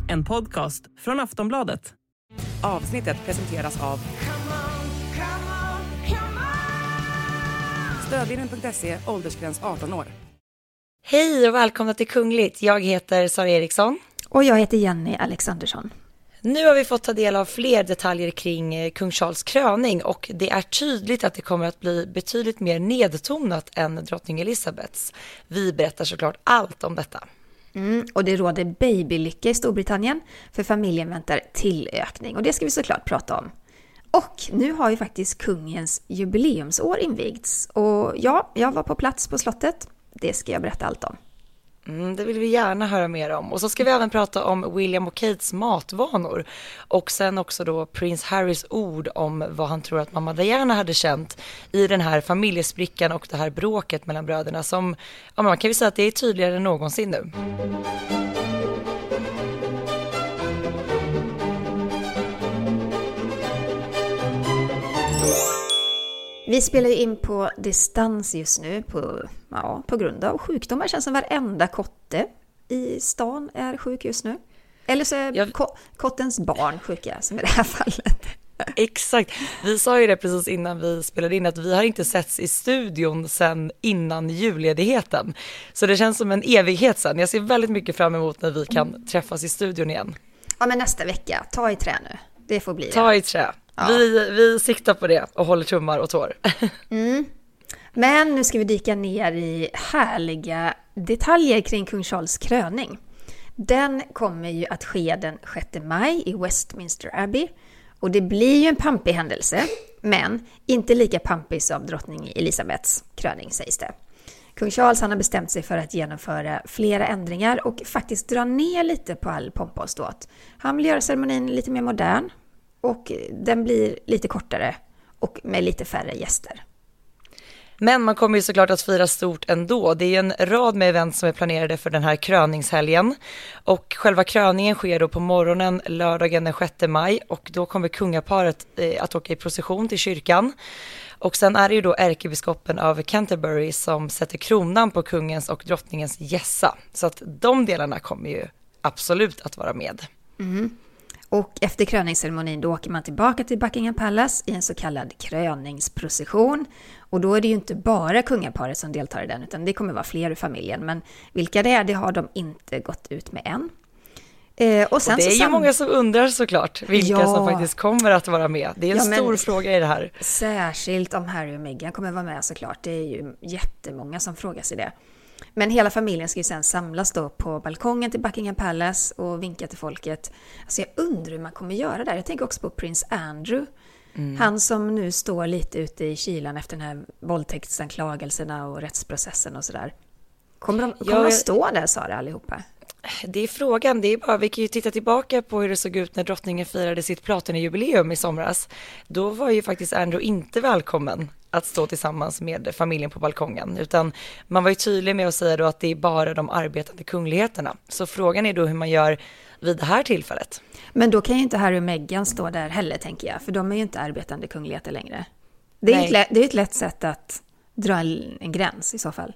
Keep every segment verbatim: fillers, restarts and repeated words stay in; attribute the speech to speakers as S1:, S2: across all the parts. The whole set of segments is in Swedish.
S1: En podcast från Aftonbladet.
S2: Avsnittet presenteras av Stödlinjen punkt se, åldersgräns arton år.
S3: Hej och välkomna till Kungligt. Jag heter Sara Eriksson.
S4: Och jag heter Jenny Alexandersson.
S3: Nu har vi fått ta del av fler detaljer kring kung Charles kröning och det är tydligt att det kommer att bli betydligt mer nedtonat än drottning Elizabeths. Vi berättar såklart allt om detta.
S4: Mm, och det råder babylycka i Storbritannien för familjen väntar tillökning och det ska vi såklart prata om. Och nu har ju faktiskt kungens jubileumsår invigts och ja, jag var på plats på slottet. Det ska jag berätta allt om.
S3: Mm, det vill vi gärna höra mer om. Och så ska vi även prata om William och Kates matvanor. Och sen också då prins Harrys ord om vad han tror att mamma Diana hade känt i den här familjesprickan och det här bråket mellan bröderna som, ja, man kan ju säga att det är tydligare än någonsin nu.
S4: Vi spelar ju in på distans just nu på, ja, på grund av sjukdomar. Det känns som varenda kotte i stan är sjuk just nu. Eller så är jag... ko- kottens barn sjuka, som i det här fallet.
S3: Exakt. Vi sa ju det precis innan vi spelade in att vi har inte setts i studion sedan innan julledigheten. Så det känns som en evighet sedan. Jag ser väldigt mycket fram emot när vi kan mm. träffas i studion igen.
S4: Ja, men nästa vecka. Ta i trä nu. Det får bli det.
S3: Ta i trä. Ja. Vi, vi siktar på det och håller tummar och tår.
S4: Mm. Men nu ska vi dyka ner i härliga detaljer kring kung Charles kröning. Den kommer ju att ske den sjätte maj i Westminster Abbey. Och det blir ju en pampig händelse, men inte lika pampig som drottning Elizabeths kröning sägs det. Kung Charles han har bestämt sig för att genomföra flera ändringar och faktiskt dra ner lite på all pompa och ståt. Han vill göra ceremonin lite mer modern. Och den blir lite kortare och med lite färre gäster.
S3: Men man kommer ju såklart att fira stort ändå. Det är en rad med event som är planerade för den här kröningshelgen. Och själva kröningen sker då på morgonen lördagen den sjätte maj. Och då kommer kungaparet att åka i procession till kyrkan. Och sen är det ju då ärkebiskopen av Canterbury som sätter kronan på kungens och drottningens gässa. Så att de delarna kommer ju absolut att vara med.
S4: Mm. Och efter kröningsceremonin då åker man tillbaka till Buckingham Palace i en så kallad kröningsprocession. Och då är det ju inte bara kungaparet som deltar i den utan det kommer vara fler i familjen. Men vilka det är, det har de inte gått ut med än. Eh, och, sen
S3: och det är
S4: så
S3: ju
S4: sam-
S3: många som undrar såklart vilka ja. som faktiskt kommer att vara med. Det är en ja, stor fråga i det här.
S4: Särskilt om Harry och Meghan kommer vara med såklart. Det är ju jättemånga som frågar sig det. Men hela familjen ska ju sen samlas då på balkongen till Buckingham Palace och vinka till folket. Alltså jag undrar hur man kommer göra där. Jag tänker också på prins Andrew. Mm. Han som nu står lite ute i kylan efter den här våldtäktsanklagelserna och rättsprocessen och sådär. Kommer de, kommer ja, de stå där, Sara, allihopa?
S3: Det är frågan. Det är bara, vi kan ju titta tillbaka på hur det såg ut när drottningen firade sitt Platini-jubileum i somras. Då var ju faktiskt Andrew inte välkommen att stå tillsammans med familjen på balkongen. Utan man var ju tydlig med att säga då att det är bara de arbetande kungligheterna. Så frågan är då hur man gör vid det här tillfället.
S4: Men då kan ju inte Harry och Meghan stå där heller, tänker jag. För de är ju inte arbetande kungligheter längre. Det är, ett, lätt, det är ett lätt sätt att dra en gräns i så fall.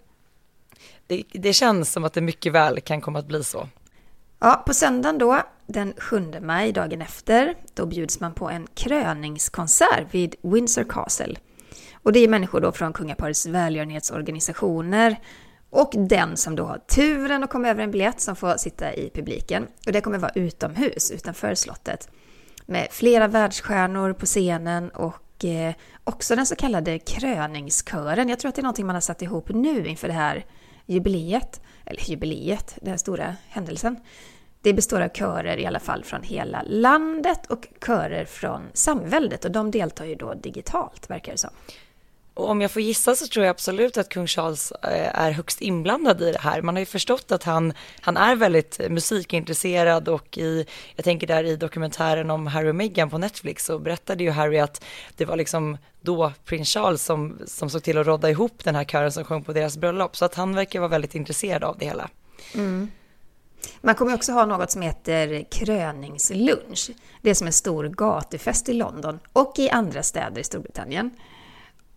S3: Det, det känns som att det mycket väl kan komma att bli så.
S4: Ja, på söndagen då, den sjunde maj, dagen efter, då bjuds man på en kröningskonsert vid Windsor Castle. Och det är människor då från kungaparets välgörenhetsorganisationer och den som då har turen att komma över en biljett som får sitta i publiken. Och det kommer vara utomhus, utanför slottet. Med flera världsstjärnor på scenen och eh, också den så kallade kröningskören. Jag tror att det är någonting man har satt ihop nu inför det här jubileet. Eller jubileet, den här stora händelsen. Det består av körer i alla fall från hela landet och körer från samväldet. Och de deltar ju då digitalt, verkar det som.
S3: Och om jag får gissa så tror jag absolut att kung Charles är högst inblandad i det här. Man har ju förstått att han, han är väldigt musikintresserad och i, jag tänker där i dokumentären om Harry och Meghan på Netflix så berättade ju Harry att det var liksom då prins Charles som, som såg till att rodda ihop den här kören som sjöng på deras bröllop. Så att han verkar vara väldigt intresserad av det hela.
S4: Mm. Man kommer också ha något som heter kröningslunch. Det är som en stor gatufest i London och i andra städer i Storbritannien.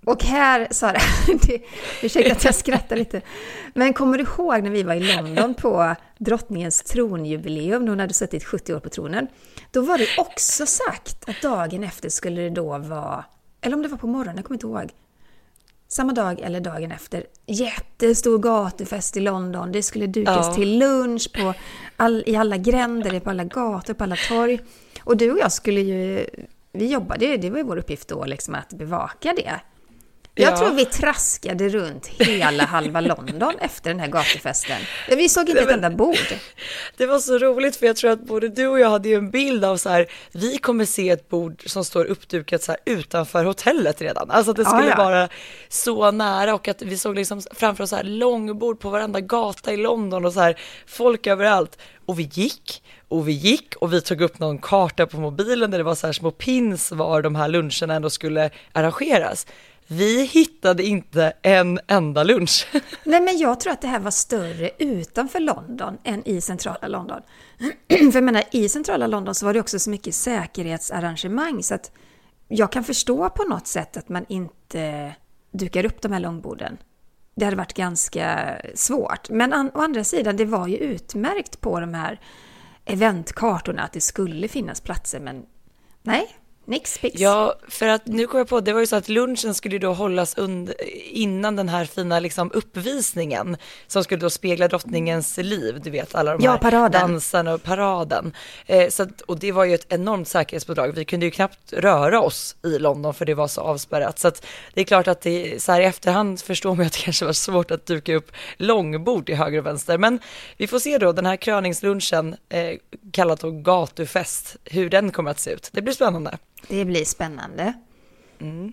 S4: Och här, Sara, det, ursäkta att jag skrattar lite. Men kommer du ihåg när vi var i London på drottningens tronjubileum, när hon hade suttit sjuttio år på tronen? Då var det också sagt att dagen efter skulle det då vara, eller om det var på morgonen, jag kommer inte ihåg. Samma dag eller dagen efter, jättestor gatufest i London. Det skulle dukas ja. till lunch på all, i alla gränder, på alla gator, på alla torg. Och du och jag skulle ju, vi jobbade, det var ju vår uppgift då liksom att bevaka det. Jag ja. tror vi traskade runt hela halva London efter den här gatufesten. Vi såg inte ett enda bord.
S3: Det var så roligt, för jag tror att både du och jag hade ju en bild av så här, vi kommer se ett bord som står uppdukat så här utanför hotellet redan. Alltså att det skulle ja, ja. vara så nära, och att vi såg liksom framför oss så här långbord på varenda gata i London och så här folk överallt. Och vi gick och vi gick och vi tog upp någon karta på mobilen där det var så här små pins var de här luncherna ändå skulle arrangeras. Vi hittade inte en enda lunch.
S4: Nej, men jag tror att det här var större utanför London än i centrala London. För jag menar, i centrala London så var det också så mycket säkerhetsarrangemang, så att jag kan förstå på något sätt att man inte dukar upp de här långborden. Det hade varit ganska svårt. Men an- å andra sidan, det var ju utmärkt på de här eventkartorna att det skulle finnas platser, men nej. Nix, pix.
S3: Ja, för att nu kommer jag på, det var ju så att lunchen skulle då hållas under, innan den här fina liksom uppvisningen som skulle då spegla drottningens liv, du vet, alla de
S4: ja,
S3: här
S4: paraden.
S3: dansarna och paraden. Eh, så att, och det var ju ett enormt säkerhetspådrag. Vi kunde ju knappt röra oss i London för det var så avspärrat. Så att det är klart att det, så här i efterhand förstår man att det kanske var svårt att duka upp långbord till höger och vänster. Men vi får se då den här kröningslunchen, eh, kallat då gatufest, hur den kommer att se ut. Det blir spännande.
S4: Det blir spännande.
S3: Mm.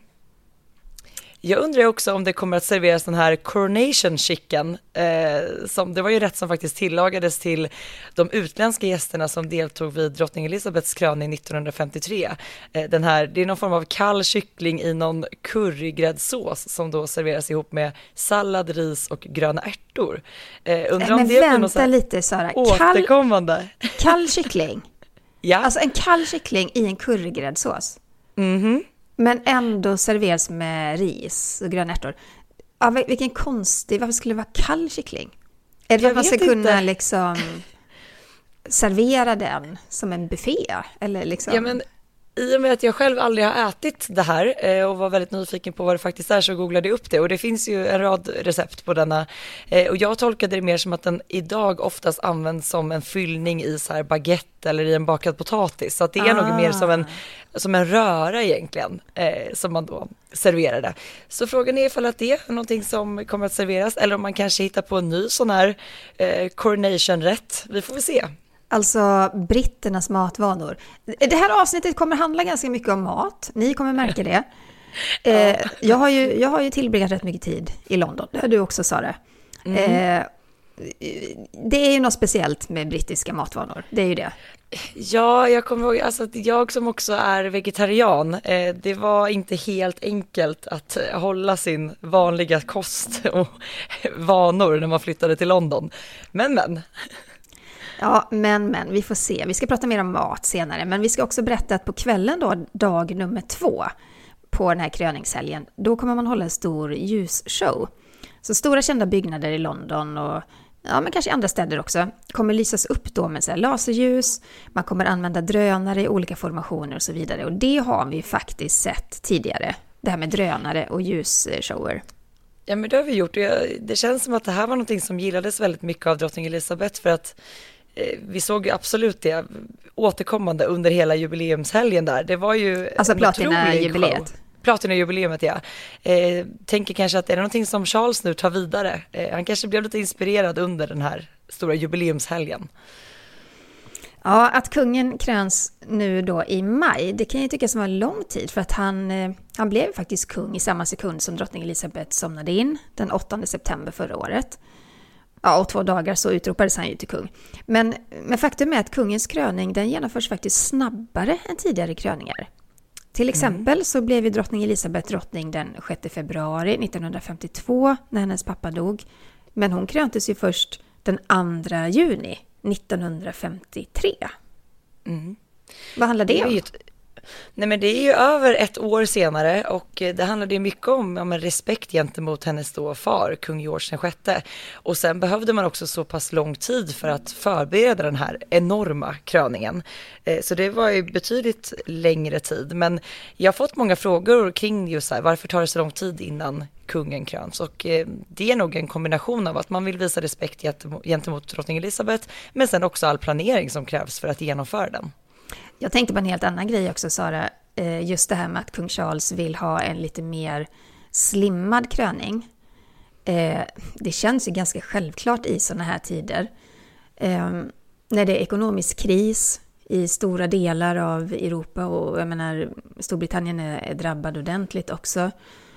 S3: Jag undrar också om det kommer att serveras den här coronation chicken. Eh, som, det var ju rätt som faktiskt tillagades till de utländska gästerna som deltog vid drottning Elizabeths kröning nittonhundrafemtiotre. Eh, den här, det är någon form av kall kyckling i någon currygräddsås som då serveras ihop med sallad, ris och gröna ärtor. Eh, undrar
S4: Men
S3: om det
S4: vänta
S3: blir något så här
S4: lite, Sara.
S3: återkommande.
S4: Kall, kall kyckling?
S3: Ja.
S4: Alltså en kall kyckling i en currygräddsås.
S3: Mhm.
S4: Men ändå serveras med ris och gröna ärtor. Ja, vilken konstig, varför skulle det vara kall kyckling? Är det för att man ska
S3: inte.
S4: kunna liksom servera den som en buffé? Eller liksom...
S3: Ja, men i och med att jag själv aldrig har ätit det här och var väldigt nyfiken på vad det faktiskt är, så googlade jag upp det. Och det finns ju en rad recept på denna. Och jag tolkade det mer som att den idag oftast används som en fyllning i så här baguette eller i en bakad potatis. Så att det är ah. nog mer som en, som en röra egentligen, eh, som man då serverade. Så frågan är ifall att det är någonting som kommer att serveras, eller om man kanske hittar på en ny sån här eh, coronation-rätt. Vi får väl se.
S4: Alltså britternas matvanor. Det här avsnittet kommer handla ganska mycket om mat. Ni kommer märka det. Eh, jag, har ju, jag har ju tillbringat rätt mycket tid i London. Det har du också, Sara. Mm. Eh, det är ju något speciellt med brittiska matvanor. Det är ju det.
S3: Ja, jag kommer ihåg, alltså, jag som också är vegetarian, eh, det var inte helt enkelt att hålla sin vanliga kost och vanor när man flyttade till London. Men, men...
S4: Ja, men, men, vi får se. Vi ska prata mer om mat senare, men vi ska också berätta att på kvällen då, dag nummer två på den här kröningshelgen, då kommer man hålla en stor ljusshow. Så stora kända byggnader i London och ja, men kanske andra städer också kommer lysas upp då med så här laserljus. Man kommer använda drönare i olika formationer och så vidare. Och det har vi faktiskt sett tidigare, det här med drönare och ljusshower.
S3: Ja, men det har vi gjort. Det känns som att det här var någonting som gillades väldigt mycket av drottning Elizabeth, för att eh, vi såg absolut det återkommande under hela jubileumshelgen där. Det var ju
S4: alltså platina-jubileet.
S3: Platina-jubileumet, ja. Eh, tänker kanske att är det någonting som Charles nu tar vidare. Eh, han kanske blev lite inspirerad under den här stora jubileumshelgen.
S4: Ja, att kungen kröns nu då i maj, det kan jag tycka som var en lång tid, för att han, han blev faktiskt kung i samma sekund som drottning Elizabeth somnade in den åttonde september förra året. Ja, och två dagar så utropades han ju till kung. Men, men faktum är att kungens kröning, den genomförs faktiskt snabbare än tidigare kröningar. Till exempel mm. så blev ju drottning Elizabeth drottning den sjätte februari nittonhundrafemtiotvå när hennes pappa dog. Men hon kröntes ju först den andra juni nittonhundrafemtiotre. Mm. Vad handlar det, det om?
S3: Ett, Nej, men det är ju över ett år senare och det handlade ju mycket om, om en respekt gentemot hennes då far, kung George den sjätte. Och sen behövde man också så pass lång tid för att förbereda den här enorma kröningen. Så det var ju betydligt längre tid. Men jag har fått många frågor kring just så här, varför tar det så lång tid innan kungen kröns? Och det är nog en kombination av att man vill visa respekt gentemot drottning Elizabeth, men sen också all planering som krävs för att genomföra den.
S4: Jag tänkte på en helt annan grej också, Sara. Just det här med att kung Charles vill ha en lite mer slimmad kröning. Det känns ju ganska självklart i sådana här tider. När det är ekonomisk kris i stora delar av Europa, och jag menar Storbritannien är drabbad ordentligt också.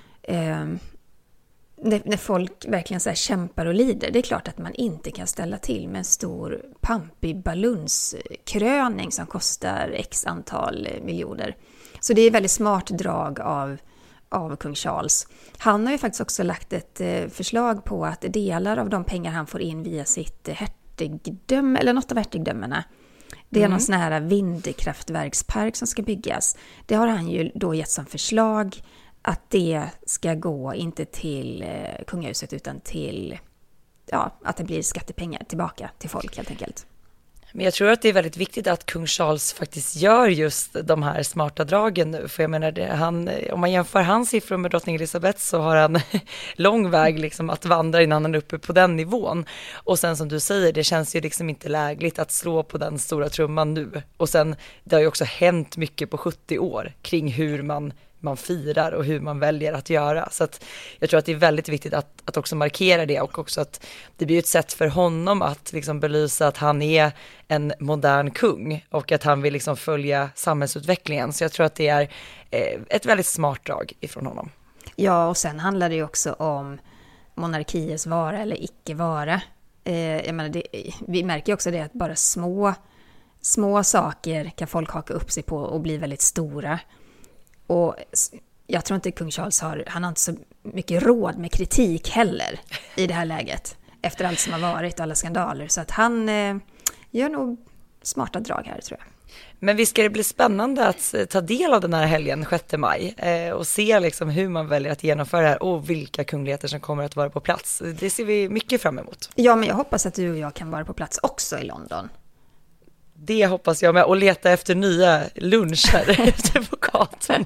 S4: När folk verkligen så här kämpar och lider, det är klart att man inte kan ställa till med en stor pampig balunskröning som kostar x antal miljoner. Så det är väldigt smart drag av, av kung Charles. Han har ju faktiskt också lagt ett förslag på att delar av de pengar han får in via sitt hertigdöme, eller något av hertigdömena, det är mm. någon sån här vindkraftverkspark som ska byggas. Det har han ju då gett som förslag, att det ska gå inte till eh, kungahuset utan till, ja, att det blir skattepengar tillbaka till folk helt enkelt.
S3: Men jag tror att det är väldigt viktigt att kung Charles faktiskt gör just de här smarta dragen nu. För jag menar, det, han, om man jämför hans siffror med drottning Elizabeth så har han lång väg liksom att vandra innan han är uppe på den nivån. Och sen som du säger, det känns ju liksom inte lägligt att slå på den stora trumman nu. Och sen, det har ju också hänt mycket på sjuttio år kring hur man man firar och hur man väljer att göra. Så att jag tror att det är väldigt viktigt att, att också markera det, och också att det blir ett sätt för honom att liksom belysa att han är en modern kung och att han vill liksom följa samhällsutvecklingen. Så jag tror att det är eh, ett väldigt smart drag ifrån honom.
S4: Ja, och sen handlar det ju också om monarkiets vara eller icke vara. Eh, jag menar, det, vi märker ju också det att bara små, små saker kan folk haka upp sig på och bli väldigt stora. Och jag tror inte kung Charles har, han har inte så mycket råd med kritik heller i det här läget. Efter allt som har varit och alla skandaler. Så att han eh, gör nog smarta drag här, tror jag.
S3: Men visst ska det bli spännande att ta del av den här helgen, sjätte maj. Eh, och se liksom hur man väljer att genomföra det här och vilka kungligheter som kommer att vara på plats. Det ser vi mycket fram emot.
S4: Ja, men jag hoppas att du och jag kan vara på plats också i London.
S3: Det hoppas jag med, och leta efter nya luncher ute på gatorna.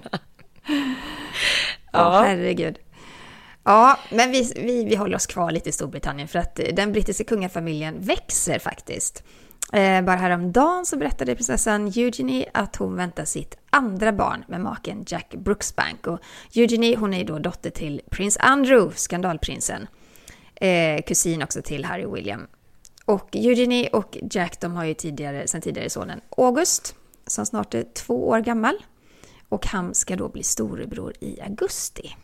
S4: Ja, oh, herregud. Ja, men vi, vi, vi håller oss kvar lite i Storbritannien för att den brittiska kungafamiljen växer faktiskt. Eh, bara häromdagen så berättade prinsessan Eugenie att hon väntar sitt andra barn med maken Jack Brooksbank. Och Eugenie, hon är då dotter till prins Andrew, skandalprinsen. Eh, kusin också till Harry och William. Och Eugenie och Jack, de har ju tidigare, sen tidigare sonen August, som snart är två år gammal. Och han ska då bli storebror i augusti.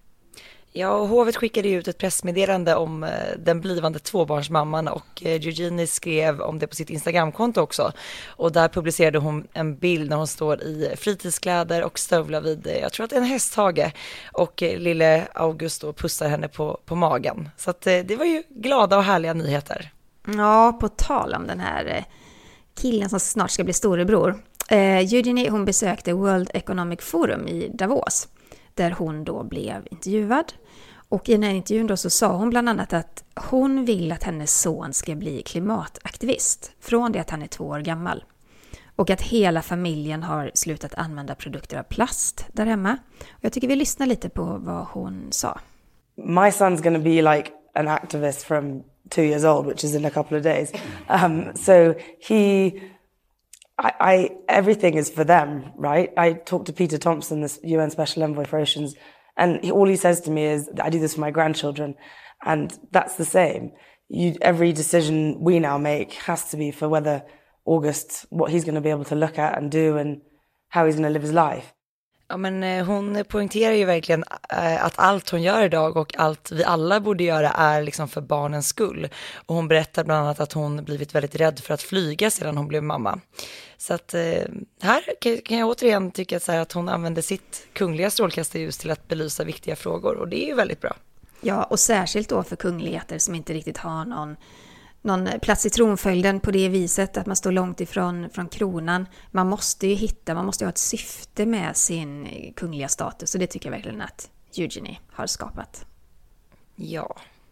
S3: Ja, och hovet skickade ut ett pressmeddelande om eh, den blivande tvåbarnsmamman, och eh, Eugenie skrev om det på sitt Instagramkonto också. Och där publicerade hon en bild när hon står i fritidskläder och stövlar vid, eh, jag tror att det är en hästhage. Och eh, lille August då pussar henne på, på magen. Så att, eh, det var ju glada och härliga nyheter.
S4: Ja, på tal om den här killen som snart ska bli storebror. Eh, Eugenie, hon besökte World Economic Forum i Davos, där hon då blev intervjuad. Och i den här intervjun då så sa hon bland annat att hon vill att hennes son ska bli klimataktivist från det att han är två år gammal. Och att hela familjen har slutat använda produkter av plast där hemma. Och jag tycker vi lyssnar lite på vad hon sa.
S5: My son's going to be like an activist from two years old, which is in a couple of days. Um, so he, I, I, everything is for them, right? I talked to Peter Thompson, this U N Special Envoy for Oceans, and he, all he says to me is, I do this for my grandchildren. And that's the same. You, every decision we now make has to be for whether August, what he's going to be able to look at and do and how he's going to live his life.
S3: Ja, men hon poängterar ju verkligen att allt hon gör idag och allt vi alla borde göra är liksom för barnens skull. Och hon berättar bland annat att hon blivit väldigt rädd för att flyga sedan hon blev mamma. Så att här kan jag återigen tycka så här att hon använder sitt kungliga strålkastarljus till att belysa viktiga frågor, och det är ju väldigt bra.
S4: Ja, och särskilt då för kungligheter som inte riktigt har någon, någon plats i tronföljden på det viset att man står långt ifrån från kronan. Man måste ju hitta, man måste ju ha ett syfte med sin kungliga status, och det tycker jag verkligen att Eugenie har skapat.
S3: Ja.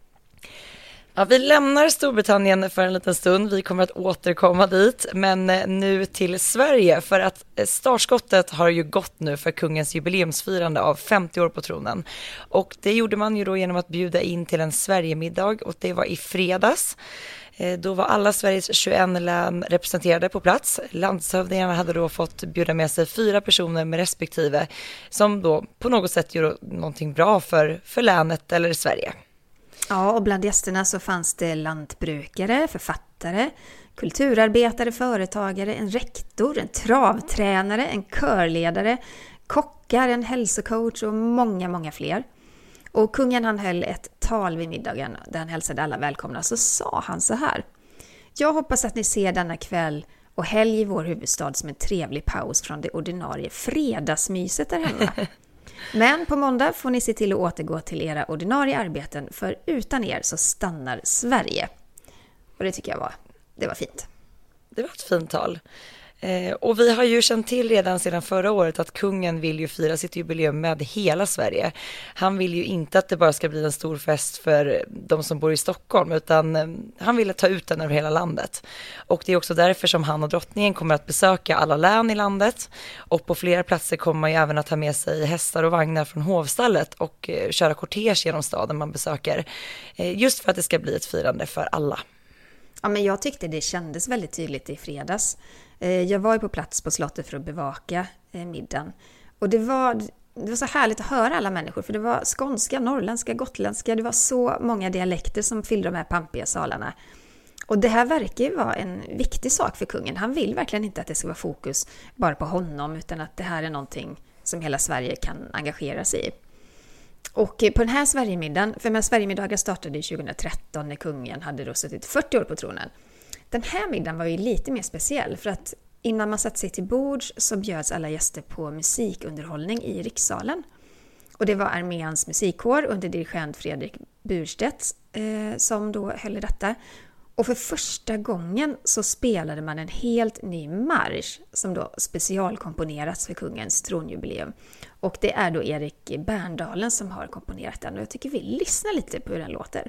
S3: Ja, vi lämnar Storbritannien för en liten stund. Vi kommer att återkomma dit, men nu till Sverige, för att startskottet har ju gått nu för kungens jubileumsfirande av femtio år på tronen. Och det gjorde man ju då genom att bjuda in till en Sverigemiddag, och det var i fredags. Då var alla Sveriges tjugoett län representerade på plats. Landshövdingarna hade då fått bjuda med sig fyra personer med respektive, som då på något sätt gör någonting bra för, för länet eller Sverige.
S4: Ja, och bland gästerna så fanns det lantbrukare, författare, kulturarbetare, företagare, en rektor, en travtränare, en körledare, kockar, en hälsocoach och många, många fler. Och kungen han höll ett tal vid middagen där han hälsade alla välkomna, så sa han så här: jag hoppas att ni ser denna kväll och helg i vår huvudstad som en trevlig paus från det ordinarie fredagsmyset där hemma. Men på måndag får ni se till att återgå till era ordinarie arbeten, för utan er så stannar Sverige. Och det tycker jag var, det var fint.
S3: Det var ett fint tal. Eh, och vi har ju känt till redan sedan förra året att kungen vill ju fira sitt jubileum med hela Sverige. Han vill ju inte att det bara ska bli en stor fest för de som bor i Stockholm, utan eh, han vill ta ut den över hela landet. Och det är också därför som han och drottningen kommer att besöka alla län i landet. Och på flera platser kommer man ju även att ta med sig hästar och vagnar från hovstallet och eh, köra kortege genom staden man besöker. Eh, just för att det ska bli ett firande för alla.
S4: Ja, men jag tyckte det kändes väldigt tydligt i fredags. Jag var ju på plats på slottet för att bevaka middagen. Och det var, det var så härligt att höra alla människor. För det var skånska, norrländska, gotländska. Det var så många dialekter som fyllde de här pampiga salarna. Och det här verkar ju vara en viktig sak för kungen. Han vill verkligen inte att det ska vara fokus bara på honom, utan att det här är någonting som hela Sverige kan engagera sig i. Och på den här Sverigemiddagen, för de här Sverigemiddagar startade tjugohundratretton när kungen hade då suttit fyrtio år på tronen. Den här middagen var ju lite mer speciell, för att innan man satt sig till bords så bjöds alla gäster på musikunderhållning i rikssalen. Och det var arméns musikkår under dirigent Fredrik Burstedt eh, som då höll i detta. Och för första gången så spelade man en helt ny marsch som då specialkomponerats för kungens tronjubileum. Och det är då Erik Berndalen som har komponerat den, och jag tycker vi lyssnar lite på hur den låter.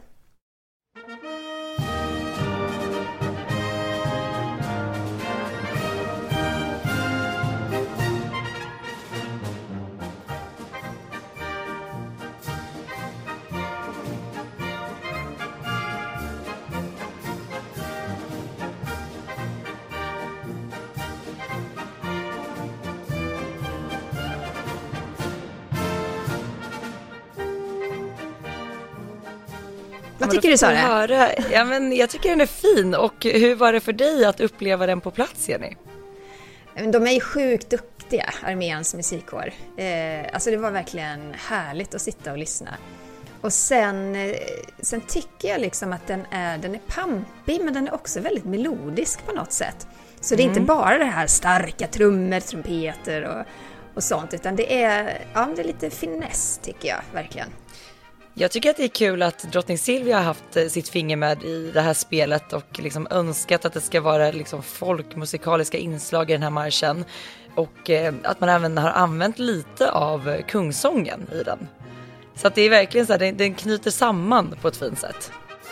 S4: Vad tycker du, Sara?
S3: Ja, men jag tycker den är fin. Och hur var det för dig att uppleva den på plats, Jenny?
S4: De är ju sjukt duktiga, arméns musikkår. Eh, alltså det var verkligen härligt att sitta och lyssna. Och sen, eh, sen tycker jag liksom att den är, den är pampig, men den är också väldigt melodisk på något sätt. Så det är mm. inte bara det här starka trummor, trumpeter och, och sånt, utan det är, ja, det är lite finess tycker jag verkligen.
S3: Jag tycker att det är kul att drottning Silvia har haft sitt finger med i det här spelet och liksom önskat att det ska vara liksom folkmusikaliska inslag i den här marschen. Och eh, att man även har använt lite av kungsången i den. Så att det är verkligen så här, den, den knyter samman på ett fint sätt.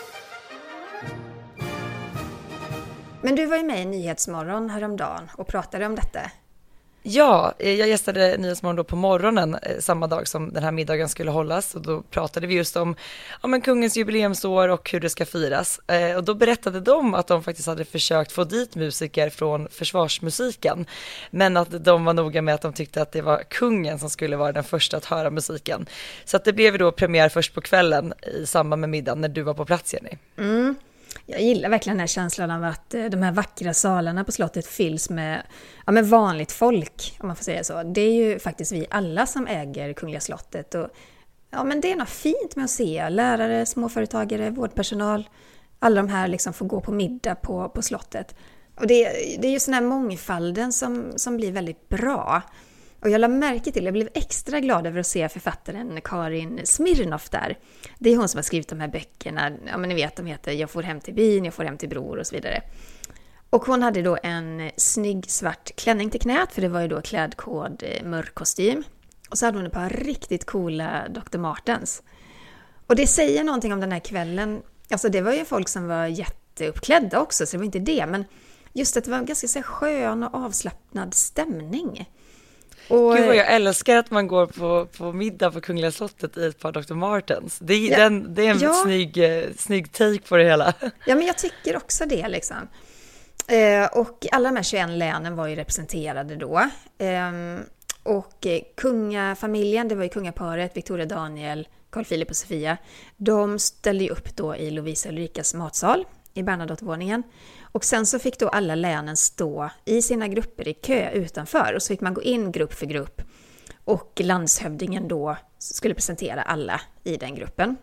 S4: Men du var ju med i Nyhetsmorgon häromdagen och pratade om detta.
S3: Ja, jag gästade Nyhetsmorgon då på morgonen samma dag som den här middagen skulle hållas, och då pratade vi just om ja, men kungens jubileumsår och hur det ska firas. Och då berättade de att de faktiskt hade försökt få dit musiker från försvarsmusiken, men att de var noga med att de tyckte att det var kungen som skulle vara den första att höra musiken. Så att det blev då premiär först på kvällen i samband med middagen när du var på plats, Jenny.
S4: Mm. Jag gillar verkligen den här känslan av att de här vackra salarna på slottet fylls med, ja, med vanligt folk, om man får säga så. Det är ju faktiskt vi alla som äger Kungliga slottet. Och, ja, men det är något fint med att se lärare, småföretagare, vårdpersonal. Alla de här liksom får gå på middag på, på slottet. Och det, det är ju sån här mångfalden som, som blir väldigt bra. Och jag lade märke till, jag blev extra glad över att se författaren Karin Smirnoff där. Det är hon som har skrivit de här böckerna. Ja, men ni vet, de heter Jag får hem till byn, Jag får hem till bror och så vidare. Och hon hade då en snygg svart klänning till knät, för det var ju då klädkod mörk kostym. Och så hade hon ett par riktigt coola doktor Martens. Och det säger någonting om den här kvällen. Alltså det var ju folk som var jätteuppklädda också, så det var inte det. Men just att det var en ganska så skön och avslappnad stämning. Och,
S3: Gud vad jag älskar att man går på, på middag på Kungliga slottet i ett par doktor Martens. Det,
S4: ja,
S3: den, det är en
S4: ja.
S3: snygg, snygg take på det hela.
S4: Ja, men jag tycker också det liksom. Eh, och alla de här tjugoett länen var ju representerade då. Eh, och kungafamiljen, det var ju kungaparet, Victoria Daniel, Carl Philip och Sofia. De ställde ju upp då i Lovisa Ulrikas matsal i Bernadotte-våningen. Och sen så fick då alla länen stå i sina grupper i kö utanför. Och så fick man gå in grupp för grupp. Och landshövdingen då skulle presentera alla i den gruppen.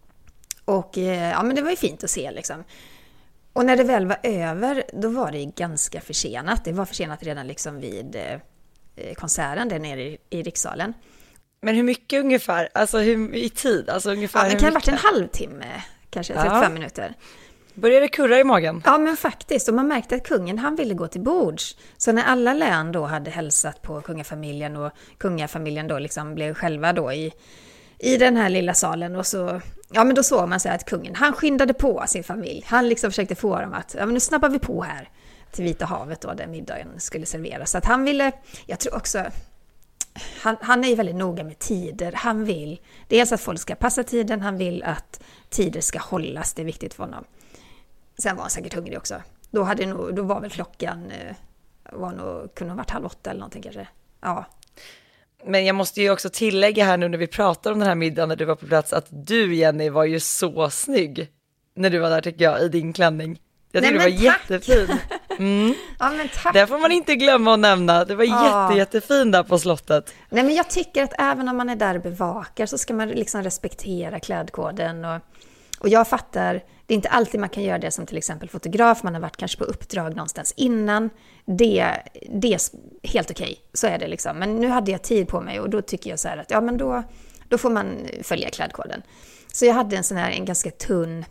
S4: Och ja, men det var ju fint att se liksom. Och när det väl var över, då var det ganska försenat. Det var försenat redan liksom vid eh, konserten där nere i, i rikssalen.
S3: Men hur mycket ungefär? Alltså hur, i tid? Alltså ungefär
S4: ja, det kan ha varit en halvtimme, kanske trettiofem ja. minuter.
S3: Började kurra i magen?
S4: Ja, men faktiskt. Och man märkte att kungen, han ville gå till bords. Så när alla län då hade hälsat på kungafamiljen och kungafamiljen då liksom blev själva då i, i den här lilla salen. Och så, ja men då såg man sig att kungen, han skyndade på sin familj. Han liksom försökte få dem att, ja men nu snabbar vi på här till Vita havet då, där middagen skulle serveras. Så att han ville, jag tror också, han, han är ju väldigt noga med tider. Han vill, dels att folk ska passa tiden, han vill att tider ska hållas, det är viktigt för honom. Sen var han säkert hungrig också. Då, hade nog, då var väl klockan, var nog, kunde ha varit halv åtta eller någonting kanske. Ja.
S3: Men jag måste ju också tillägga här nu när vi pratar om den här middagen när du var på plats, att du, Jenny, var ju så snygg när du var där tycker jag, i din klänning. Jag tycker
S4: Nej,
S3: du var
S4: tack.
S3: jättefin. Mm.
S4: Ja, men tack.
S3: Det får man inte glömma att nämna. Det var
S4: ja.
S3: jätte, jättefin där på slottet.
S4: Nej, men jag tycker att även om man är där och bevakar så ska man liksom respektera klädkoden. Och, och jag fattar, det är inte alltid man kan göra det som till exempel fotograf. Man har varit kanske på uppdrag någonstans innan. Det, det är helt okej, så är det liksom. Men nu hade jag tid på mig och då tycker jag så här att ja, men då, då får man följa klädkoden. Så jag hade en sån här, en ganska tunn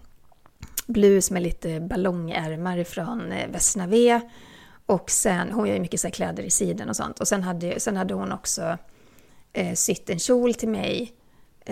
S4: blus med lite ballongärmar från Västnavé. Och sen, hon gör ju mycket så här kläder i siden och sånt. Och sen hade, sen hade hon också eh, sytt en kjol till mig eh,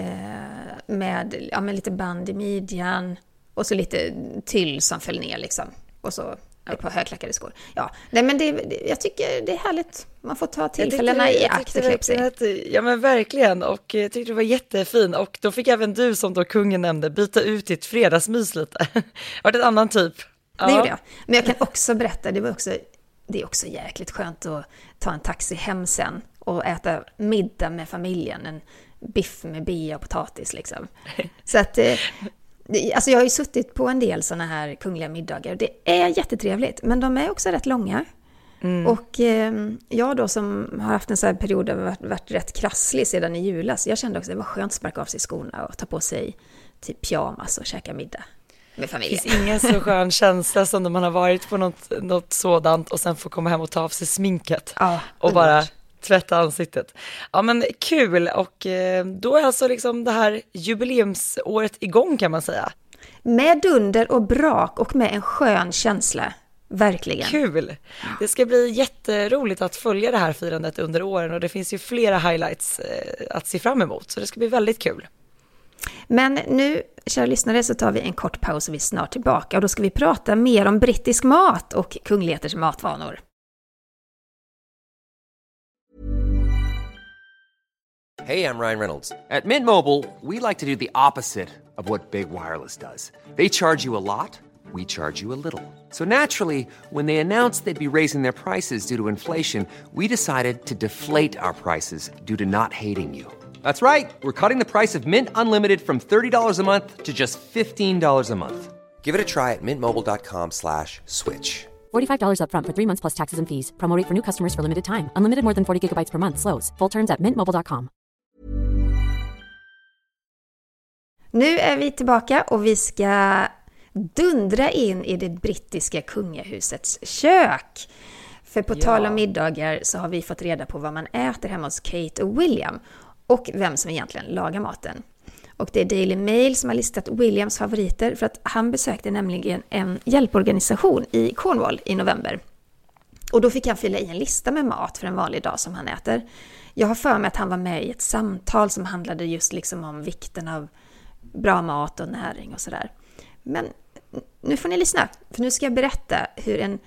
S4: med, ja, med lite band i midjan. Och så lite tyll som föll ner liksom. Och så ett par högklackade skor. Ja, nej, men det, det, jag tycker det är härligt. Man får ta tillfällena i akt och klippa sig.
S3: Ja, men verkligen. Och jag tyckte det var jättefin. Och då fick även du, som då kungen nämnde, byta ut ditt fredagsmys lite. Det var ett annan typ. Ja.
S4: Det gjorde jag. Men jag kan också berätta, det var också, det är också jäkligt skönt att ta en taxi hem sen och äta middag med familjen. En biff med bea och potatis liksom. Så att... Alltså jag har ju suttit på en del såna här kungliga middagar. Det är jättetrevligt, men de är också rätt långa. Mm. Och eh, jag då som har haft en sån här period där jag varit, varit rätt krasslig sedan i julas. Jag kände också att det var skönt att sparka av sig skorna och ta på sig typ pyjamas och käka middag med familjen.
S3: Det finns ingen så skön känsla som när man har varit på något, något sådant och sen får komma hem och ta av sig sminket.
S4: Ja,
S3: och bara tvätta ansiktet. Ja, men kul. Och eh, då är alltså liksom det här jubileumsåret igång, kan man säga.
S4: Med dunder och brak och med en skön känsla. Verkligen.
S3: Kul. Det ska bli jätteroligt att följa det här firandet under åren och det finns ju flera highlights eh, att se fram emot. Så det ska bli väldigt kul.
S4: Men nu, kära lyssnare, så tar vi en kort paus och vi är snart tillbaka. Och då ska vi prata mer om brittisk mat och kungligheters matvanor.
S6: Hey, I'm Ryan Reynolds. At Mint Mobile, we like to do the opposite of what Big Wireless does. They charge you a lot, we charge you a little. So naturally, when they announced they'd be raising their prices due to inflation, we decided to deflate our prices due to not hating you. That's right. We're cutting the price of Mint Unlimited from thirty dollars a month to just fifteen dollars a month.
S7: Give it a try at mintmobile.com slash switch.
S8: forty-five dollars up front for three months plus taxes and fees. Promo rate for new customers for limited time. Unlimited more than forty gigabytes per month. Slows full terms at mint mobile dot com.
S4: Nu är vi tillbaka och vi ska dundra in i det brittiska kungahusets kök. För på
S3: Ja.
S4: tal om middagar så har vi fått reda på vad man äter hemma hos Kate och William och vem som egentligen lagar maten. Och det är Daily Mail som har listat Williams favoriter för att han besökte nämligen en hjälporganisation i Cornwall i november. Och då fick han fylla i en lista med mat för en vanlig dag som han äter. Jag har för mig att han var med i ett samtal som handlade just liksom om vikten av bra mat och näring och sådär. Men nu får ni lyssna, för nu ska jag berätta hur en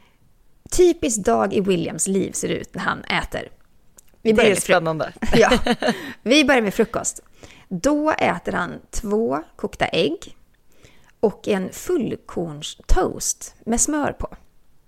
S4: typisk dag i Williams liv ser ut när han äter. Vi
S3: Det
S4: börjar
S3: är
S4: med fru-
S3: spännande.
S4: Ja, vi börjar med frukost. Då äter han två kokta ägg och en fullkornstoast med smör på.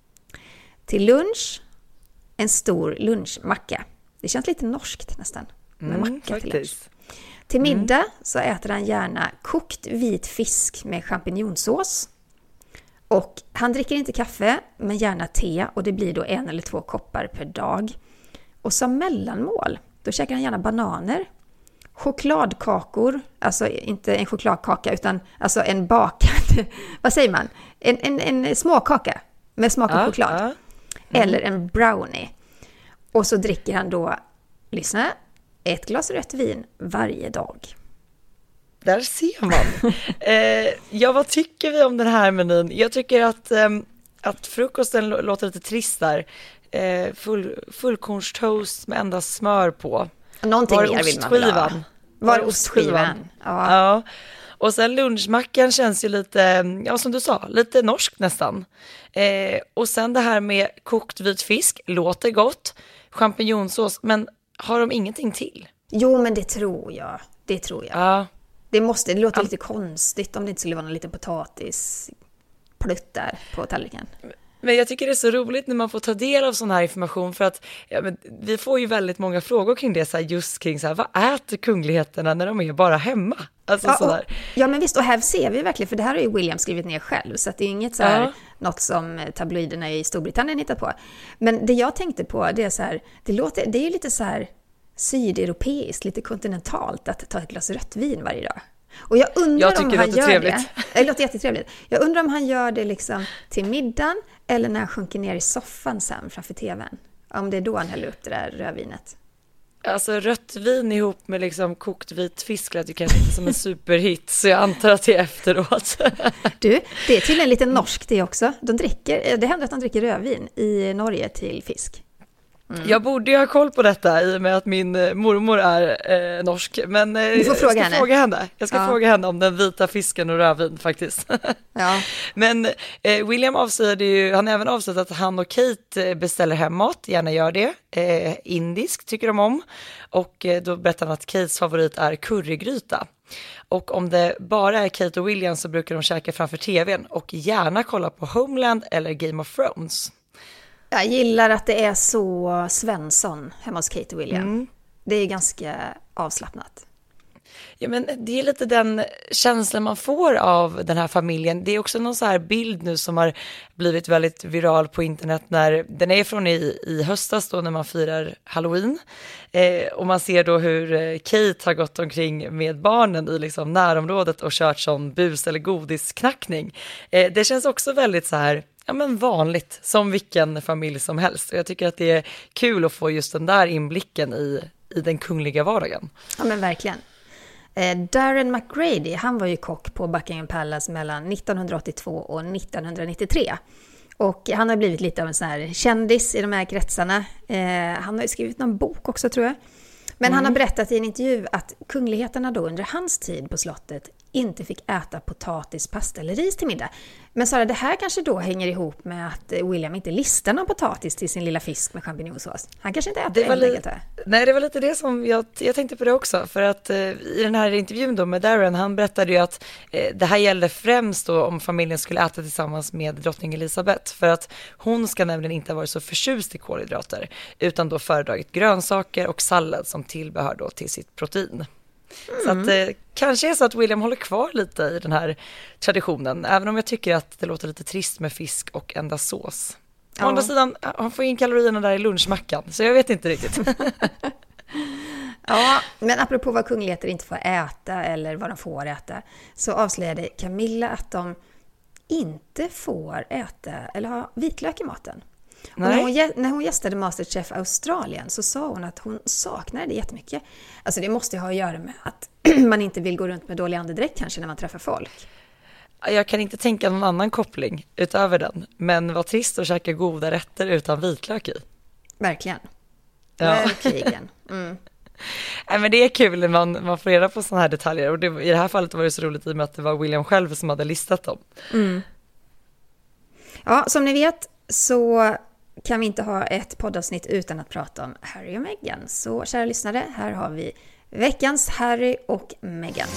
S4: Till lunch, en stor lunchmacka. Det känns lite norskt nästan. Med
S3: Mm,
S4: macka till lunch.
S3: faktiskt.
S4: Till middag så äter han gärna kokt vit fisk med champinjonsås. Och han dricker inte kaffe, men gärna te. Och det blir då en eller två koppar per dag. Och som mellanmål, då käkar han gärna bananer. Chokladkakor, alltså inte en chokladkaka utan alltså en bakad, vad säger man? En, en, en småkaka med smak av
S3: Ja,
S4: choklad.
S3: ja.
S4: Eller en brownie. Och så dricker han då, lyssna, ett glas rött vin varje dag.
S3: Där ser man. eh, ja, vad tycker vi om den här menyn? Jag tycker att, eh, att frukosten lå- låter lite trist där. Eh, full, fullkornstoast med endast smör på.
S4: Någonting
S3: Var är
S4: mer vill man väl ha?
S3: ostskivan?
S4: Var är ostskivan? Ja.
S3: Ja. Och sen lunchmackan känns ju lite, ja som du sa, lite norskt nästan. Eh, och sen det här med kokt vit fisk, låter gott. Champinjonsås, men har de ingenting till?
S4: Jo, men det tror jag. Det tror jag.
S3: Ja.
S4: Det måste, det låter lite konstigt om det inte skulle vara någon liten potatis plutt där på tallriken.
S3: Men jag tycker det är så roligt när man får ta del av sån här information för att ja, men vi får ju väldigt många frågor kring det, så här, just kring så här, vad äter kungligheterna när de är bara hemma? Alltså
S4: Ja,
S3: sådär.
S4: och, ja, men visst, och här ser vi verkligen, för det här har ju William skrivit ner själv, så att det är inget så här,
S3: Ja.
S4: något som tabloiderna i Storbritannien hittat på. Men det jag tänkte på, det är så här, det låter, det är ju lite så här sydeuropeiskt, lite kontinentalt att ta ett glas rött vin varje dag. Och jag undrar
S3: Jag tycker
S4: om
S3: det
S4: han
S3: låter
S4: gör
S3: trevligt.
S4: det. Det låter jättetrevligt. Jag undrar om han gör det liksom till middagen eller när han sjunker ner i soffan sen framför tvn. Om det är då han häller upp det där rödvinet.
S3: Alltså rött vin ihop med liksom kokt vit fisk lät ju kanske inte som en superhit, så jag antar att det är efteråt.
S4: Du, det är tydligen lite norskt det också. De dricker, det händer att de dricker rödvin i Norge till fisk. Mm.
S3: Jag borde ju ha koll på detta i och med att min eh, mormor är eh, norsk, men eh,
S4: Du får fråga
S3: jag ska
S4: henne.
S3: fråga henne. Jag ska
S4: Ja.
S3: fråga henne om den vita fisken och rödvin faktiskt.
S4: Ja.
S3: Men eh, William avslöjade ju, han har även avslöjat att han och Kate eh, beställer hem mat, gärna gör det. Eh, indisk tycker de om, och eh, då berättar han att Kates favorit är currygryta. Och om det bara är Kate och William så brukar de käka framför tvn och gärna kolla på Homeland eller Game of Thrones.
S4: Jag gillar att det är så Svensson hemma hos Kate och William.
S3: Mm.
S4: Det är ganska avslappnat.
S3: Ja, men det är lite den känslan man får av den här familjen. Det är också någon så här bild nu som har blivit väldigt viral på internet, när den är från i, i höstas då när man firar Halloween. Eh, och man ser då hur eh, Kate har gått omkring med barnen i liksom närområdet och kört som bus- eller godisknackning. Eh, det känns också väldigt så här, ja men vanligt, som vilken familj som helst. Och jag tycker att det är kul att få just den där inblicken i, i den kungliga vardagen.
S4: Ja, men verkligen. Eh, Darren McGrady, han var ju kock på Buckingham Palace mellan nittonhundraåttiotvå och nittonhundranittiotre. Och han har blivit lite av en sån här kändis i de här kretsarna. Eh, han har ju skrivit någon bok också, tror jag. Men mm. han har berättat i en intervju att kungligheterna då under hans tid på slottet inte fick äta potatis, pasta eller ris till middag. Men Sara, det här kanske då hänger ihop med att William inte listar någon potatis till sin lilla fisk med champinjonsås. Han kanske inte äter
S3: det. Var
S4: det,
S3: li- nej, det var lite det som jag, jag tänkte på det också. För att eh, i den här intervjun då med Darren, han berättade ju att eh, det här gällde främst då om familjen skulle äta tillsammans med drottning Elizabeth. För att hon ska nämligen inte ha varit så förtjust i kolhydrater, utan då föredragit grönsaker och sallad som tillbehör då till sitt protein. Mm. Så att eh, kanske är så att William håller kvar lite i den här traditionen, även om jag tycker att det låter lite trist med fisk och endast sås. Ja. Å andra sidan, han får in kalorierna där i lunchmackan, så jag vet inte riktigt.
S4: Ja, men apropå vad kungligheter inte får äta eller vad de får äta, så avslöjade Camilla att de inte får äta eller ha vitlök i maten. Och när, hon, när hon gästade Masterchef Australien så sa hon att hon saknade det jättemycket. Alltså det måste ha att göra med att man inte vill gå runt med dålig andedräkt kanske när man träffar folk.
S3: Jag kan inte tänka någon annan koppling utöver den. Men vad trist att käka goda rätter utan vitlök i.
S4: Verkligen.
S3: Ja.
S4: Verkligen. Mm.
S3: Nej, men det är kul när man, man får reda på sådana här detaljer. Och det, i det här fallet var det så roligt i och med att det var William själv som hade listat dem.
S4: Mm. Ja, som ni vet så kan vi inte ha ett poddavsnitt utan att prata om Harry och Meghan. Så kära lyssnare, här har vi veckans Harry och Meghan.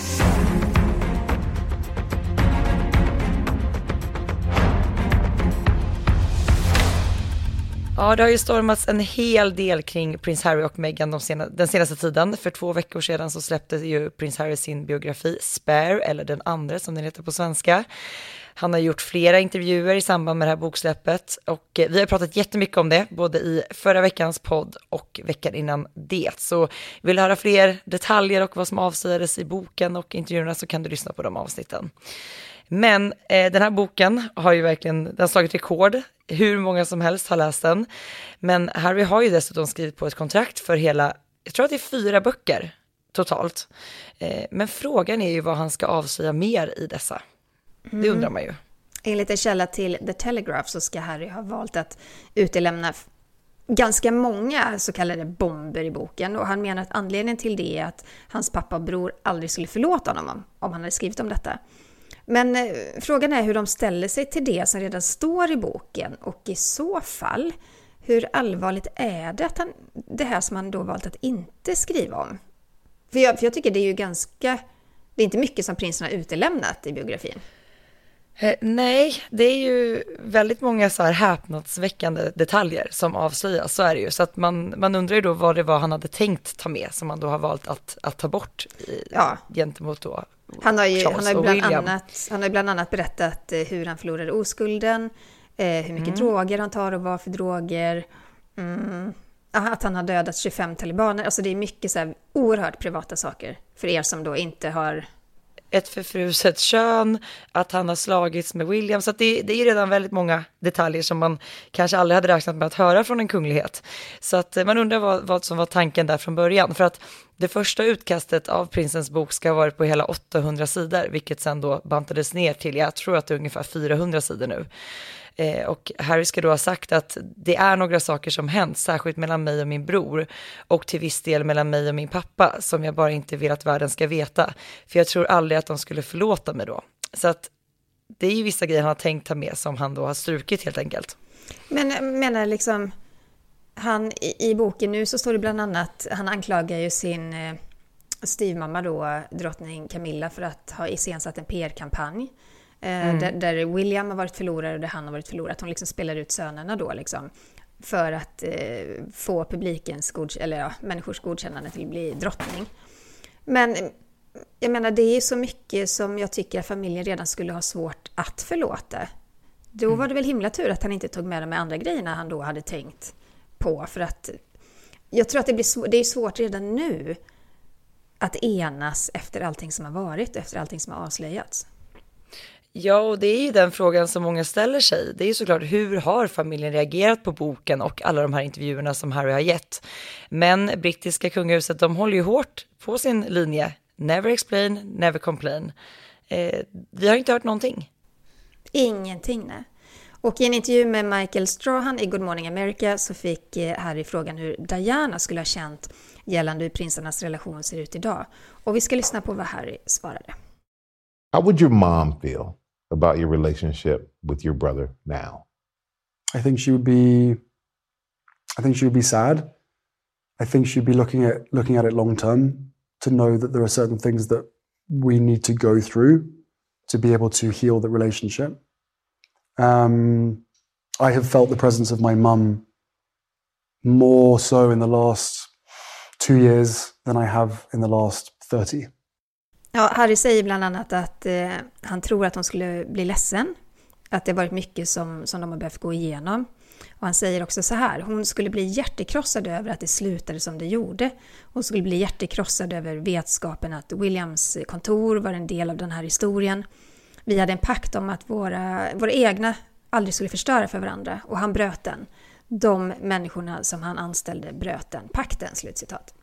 S3: Ja, det har ju stormats en hel del kring prins Harry och Meghan de sena, den senaste tiden. För två veckor sedan så släppte ju prins Harry sin biografi Spare, eller Den andra som den heter på svenska. Han har gjort flera intervjuer i samband med det här boksläppet och vi har pratat jättemycket om det, både i förra veckans podd och veckan innan det. Så vill du höra fler detaljer och vad som avslöjades i boken och intervjuerna så kan du lyssna på de avsnitten. Men eh, den här boken har ju verkligen den har slagit rekord. Hur många som helst har läst den. Men Harry har ju dessutom skrivit på ett kontrakt för hela, jag tror att det är fyra böcker totalt. Eh, men frågan är ju vad han ska avslöja mer i dessa. Det undrar man ju.
S4: Enligt en källa till The Telegraph så ska Harry ha valt att utelämna ganska många så kallade bomber i boken. Och han menar att anledningen till det är att hans pappa och bror aldrig skulle förlåta honom om, om han hade skrivit om detta. Men eh, frågan är hur de ställer sig till det som redan står i boken. Och i så fall, hur allvarligt är det att han, det här som han då valt att inte skriva om? För jag, för jag tycker det är ju ganska... Det är inte mycket som prinsen har utelämnat i biografin.
S3: Eh, nej, det är ju väldigt många så här häpnadsväckande detaljer som avslöjas, så är det ju. Så att man, man undrar ju då vad det var han hade tänkt ta med som han då har valt att, att ta bort i, ja. gentemot då
S4: han har ju,
S3: Charles
S4: han har ju bland
S3: William.
S4: annat, han har ju bland annat berättat hur han förlorade oskulden, eh, hur mycket mm. droger han tar och vad för droger, mm, att han har dödat tjugofem talibaner. Alltså det är mycket så här oerhört privata saker för er som då inte har...
S3: Ett förfruset kön, att han har slagits med William. Så att det, det är redan väldigt många detaljer som man kanske aldrig hade räknat med att höra från en kunglighet. Så att man undrar vad, vad som var tanken där från början. För att det första utkastet av prinsens bok ska ha varit på hela åttahundra sidor. Vilket sen då bantades ner till, jag tror att det är ungefär fyrahundra sidor nu. Eh, och Harry ska då ha sagt att det är några saker som hänt, särskilt mellan mig och min bror och till viss del mellan mig och min pappa som jag bara inte vill att världen ska veta, för jag tror aldrig att de skulle förlåta mig då. Så att det är ju vissa grejer han har tänkt ta med som han då har strukit helt enkelt.
S4: Men menar liksom han i, i boken nu så står det bland annat, han anklagar ju sin eh, styvmamma då, drottning Camilla, för att ha iscensatt en P R-kampanj. Mm. Där, där William har varit förlorare och där han har varit förlorare. Att hon liksom spelar ut sönerna då liksom, för att eh, få publikens god, eller ja, människors godkännande till att bli drottning. Men jag menar, det är så mycket som jag tycker att familjen redan skulle ha svårt att förlåta. Då mm. var det väl himla tur att han inte tog med de andra grejerna han då hade tänkt på. För att jag tror att det, blir sv- det är svårt redan nu att enas efter allting som har varit, efter allting som har avslöjats.
S3: Ja, och det är ju den frågan som många ställer sig. Det är ju såklart, hur har familjen reagerat på boken och alla de här intervjuerna som Harry har gett? Men brittiska kungahuset, de håller ju hårt på sin linje. Never explain, never complain. Eh, vi har inte hört någonting.
S4: Ingenting, nej. Och i en intervju med Michael Strahan i Good Morning America så fick Harry frågan hur Diana skulle ha känt gällande hur prinsarnas relation ser ut idag. Och vi ska lyssna på vad Harry svarade.
S9: How would your mom feel about your relationship with your brother now?
S10: I think she would be I think she would be sad. I think she'd be looking at looking at it long term to know that there are certain things that we need to go through to be able to heal the relationship. Um, I have felt the presence of my mum more so in the last two years than I have in the last thirty.
S4: Ja, Harry säger bland annat att eh, han tror att hon skulle bli ledsen. Att det har varit mycket som, som de har behövt gå igenom. Och han säger också så här. Hon skulle bli hjärtekrossad över att det slutade som det gjorde. Hon skulle bli hjärtekrossad över vetskapen att Williams kontor var en del av den här historien. Vi hade en pakt om att våra, våra egna aldrig skulle förstöra för varandra. Och han bröt den. De människorna som han anställde bröt den pakten, slutcitat.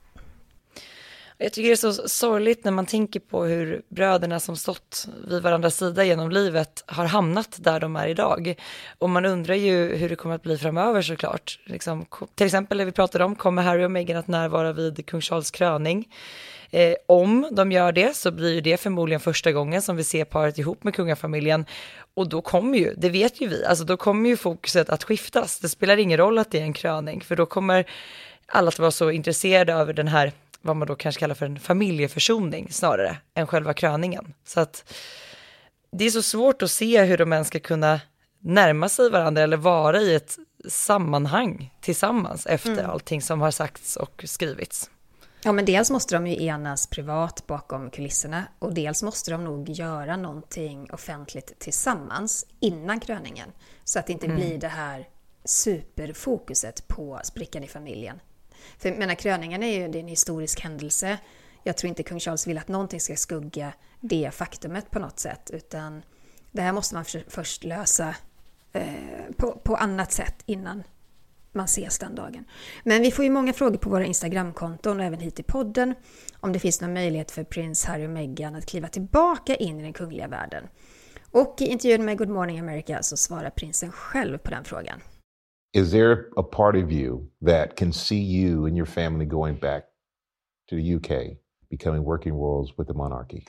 S3: Jag tycker det är så sorgligt när man tänker på hur bröderna som stått vid varandras sida genom livet har hamnat där de är idag. Och man undrar ju hur det kommer att bli framöver såklart. Liksom, till exempel när vi pratade om, kommer Harry och Meghan att närvara vid kung Charles kröning? Eh, om de gör det så blir det förmodligen första gången som vi ser paret ihop med kungafamiljen. Och då kommer ju, det vet ju vi, alltså då kommer ju fokuset att skiftas. Det spelar ingen roll att det är en kröning, för då kommer alla att vara så intresserade över den här, vad man då kanske kallar för en familjeförsoning snarare än själva kröningen. Så att det är så svårt att se hur de ens ska kunna närma sig varandra eller vara i ett sammanhang tillsammans efter mm. allting som har sagts och skrivits.
S4: Ja, men dels måste de ju enas privat bakom kulisserna och dels måste de nog göra någonting offentligt tillsammans innan kröningen. Så att det inte mm. blir det här superfokuset på sprickan i familjen. För jag menar, kröningen är ju det är en historisk händelse. Jag tror inte kung Charles vill att någonting ska skugga det faktumet på något sätt. Utan det här måste man för, först lösa eh, på, på annat sätt innan man ses den dagen. Men vi får ju många frågor på våra Instagramkonton och även hit i podden. Om det finns någon möjlighet för prins Harry och Meghan att kliva tillbaka in i den kungliga världen. Och i intervjun med Good Morning America så svarar prinsen själv på den frågan.
S9: Is there a part of you that can see you and your family going back to the U K, becoming working royals with the monarchy?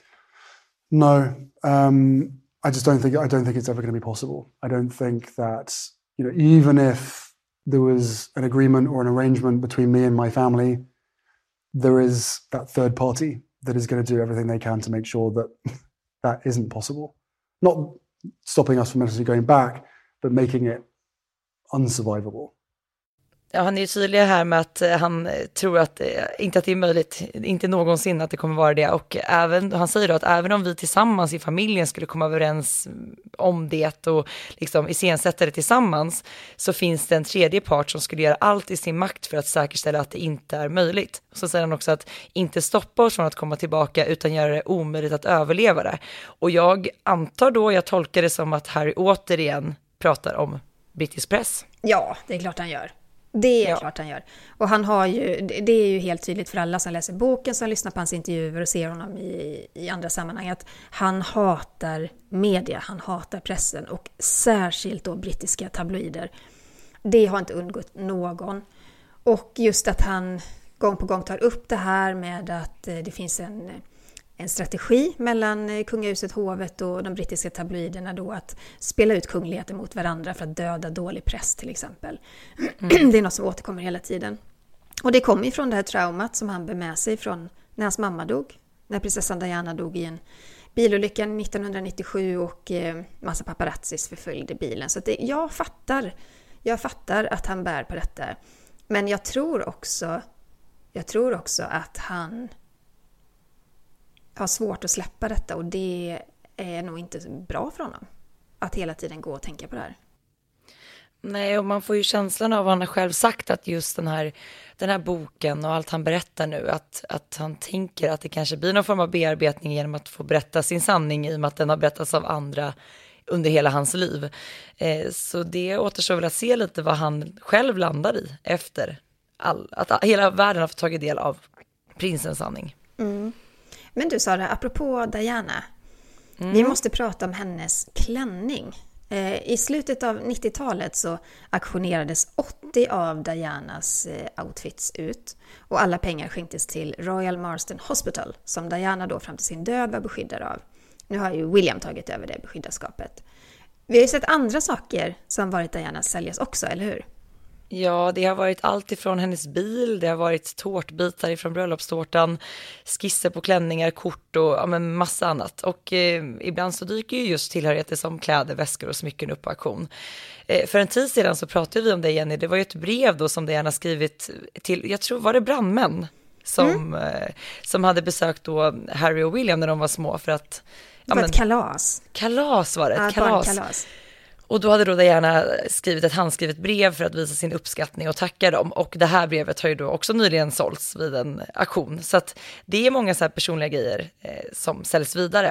S10: No, um, I just don't think I don't think it's ever going to be possible. I don't think that, you know, even if there was an agreement or an arrangement between me and my family, there is that third party that is going to do everything they can to make sure that that isn't possible. Not stopping us from necessarily going back, but making it unsurvivable.
S3: Ja, han är ju tydlig här med att han tror att inte att det är möjligt, inte någonsin att det kommer vara det. Och även, han säger då att även om vi tillsammans i familjen skulle komma överens om det och liksom iscensätta det tillsammans, så finns det en tredje part som skulle göra allt i sin makt för att säkerställa att det inte är möjligt. Så säger han också att inte stoppa oss från att komma tillbaka utan göra det omöjligt att överleva det. Och jag antar då, jag tolkar det som att Harry återigen pratar om brittisk press.
S4: Ja, det är klart han gör. Det är
S3: ja.
S4: klart han gör. Och han har ju, det är ju helt tydligt för alla som läser boken, som lyssnar på hans intervjuer och ser honom i, i andra sammanhang, att han hatar media, han hatar pressen och särskilt då brittiska tabloider. Det har inte undgått någon. Och just att han gång på gång tar upp det här med att det finns en en strategi mellan kungahuset, hovet och de brittiska tabloiderna då att spela ut kungligheter mot varandra för att döda dålig press till exempel. Mm. Det är något som återkommer hela tiden. Och det kommer ifrån det här traumat som han bär med sig från när hans mamma dog. När prinsessan Diana dog i en bilolycka nittonhundranittiosju och eh, massa paparazzis förföljde bilen. Så att det, jag fattar, jag fattar att han bär på detta. Men jag tror också, jag tror också att han har svårt att släppa detta, och det är nog inte bra för honom att hela tiden gå och tänka på det här.
S3: Nej, och man får ju känslan av vad han har själv sagt, att just den här, den här boken och allt han berättar nu, att, att han tänker att det kanske blir någon form av bearbetning genom att få berätta sin sanning i och med att den har berättats av andra under hela hans liv. Eh, så det återstår väl att se lite vad han själv landar i efter all, att hela världen har fått tagit del av prinsens sanning.
S4: Mm. Men du Sara, apropå Diana, mm. vi måste prata om hennes klänning. Eh, I slutet av nittiotalet så auktionerades åttio av Dianas eh, outfits ut. Och alla pengar skänktes till Royal Marsden Hospital, som Diana då fram till sin död var beskyddad av. Nu har ju William tagit över det beskyddarskapet. Vi har ju sett andra saker som varit Dianas säljas också, eller hur?
S3: Ja, det har varit allt ifrån hennes bil, det har varit tårtbitar ifrån bröllopstårtan, skisser på klänningar, kort och ja, men massa annat. Och eh, ibland så dyker ju just tillhörigheter som kläder, väskor och smycken upp på auktion. Eh, för en tid sedan så pratade vi om det, Jenny. Det var ju ett brev då som Diana skrivit till, jag tror var det brandmän som, mm. eh, som hade besökt då Harry och William när de var små för att...
S4: Det var ja, ett men, kalas.
S3: Kalas var det, ett
S4: ja,
S3: kalas.
S4: kalas.
S3: Och då hade då Diana skrivit ett handskrivet brev för att visa sin uppskattning och tacka dem. Och det här brevet har ju då också nyligen sålts vid en auktion. Så att det är många så här personliga grejer eh, som säljs vidare.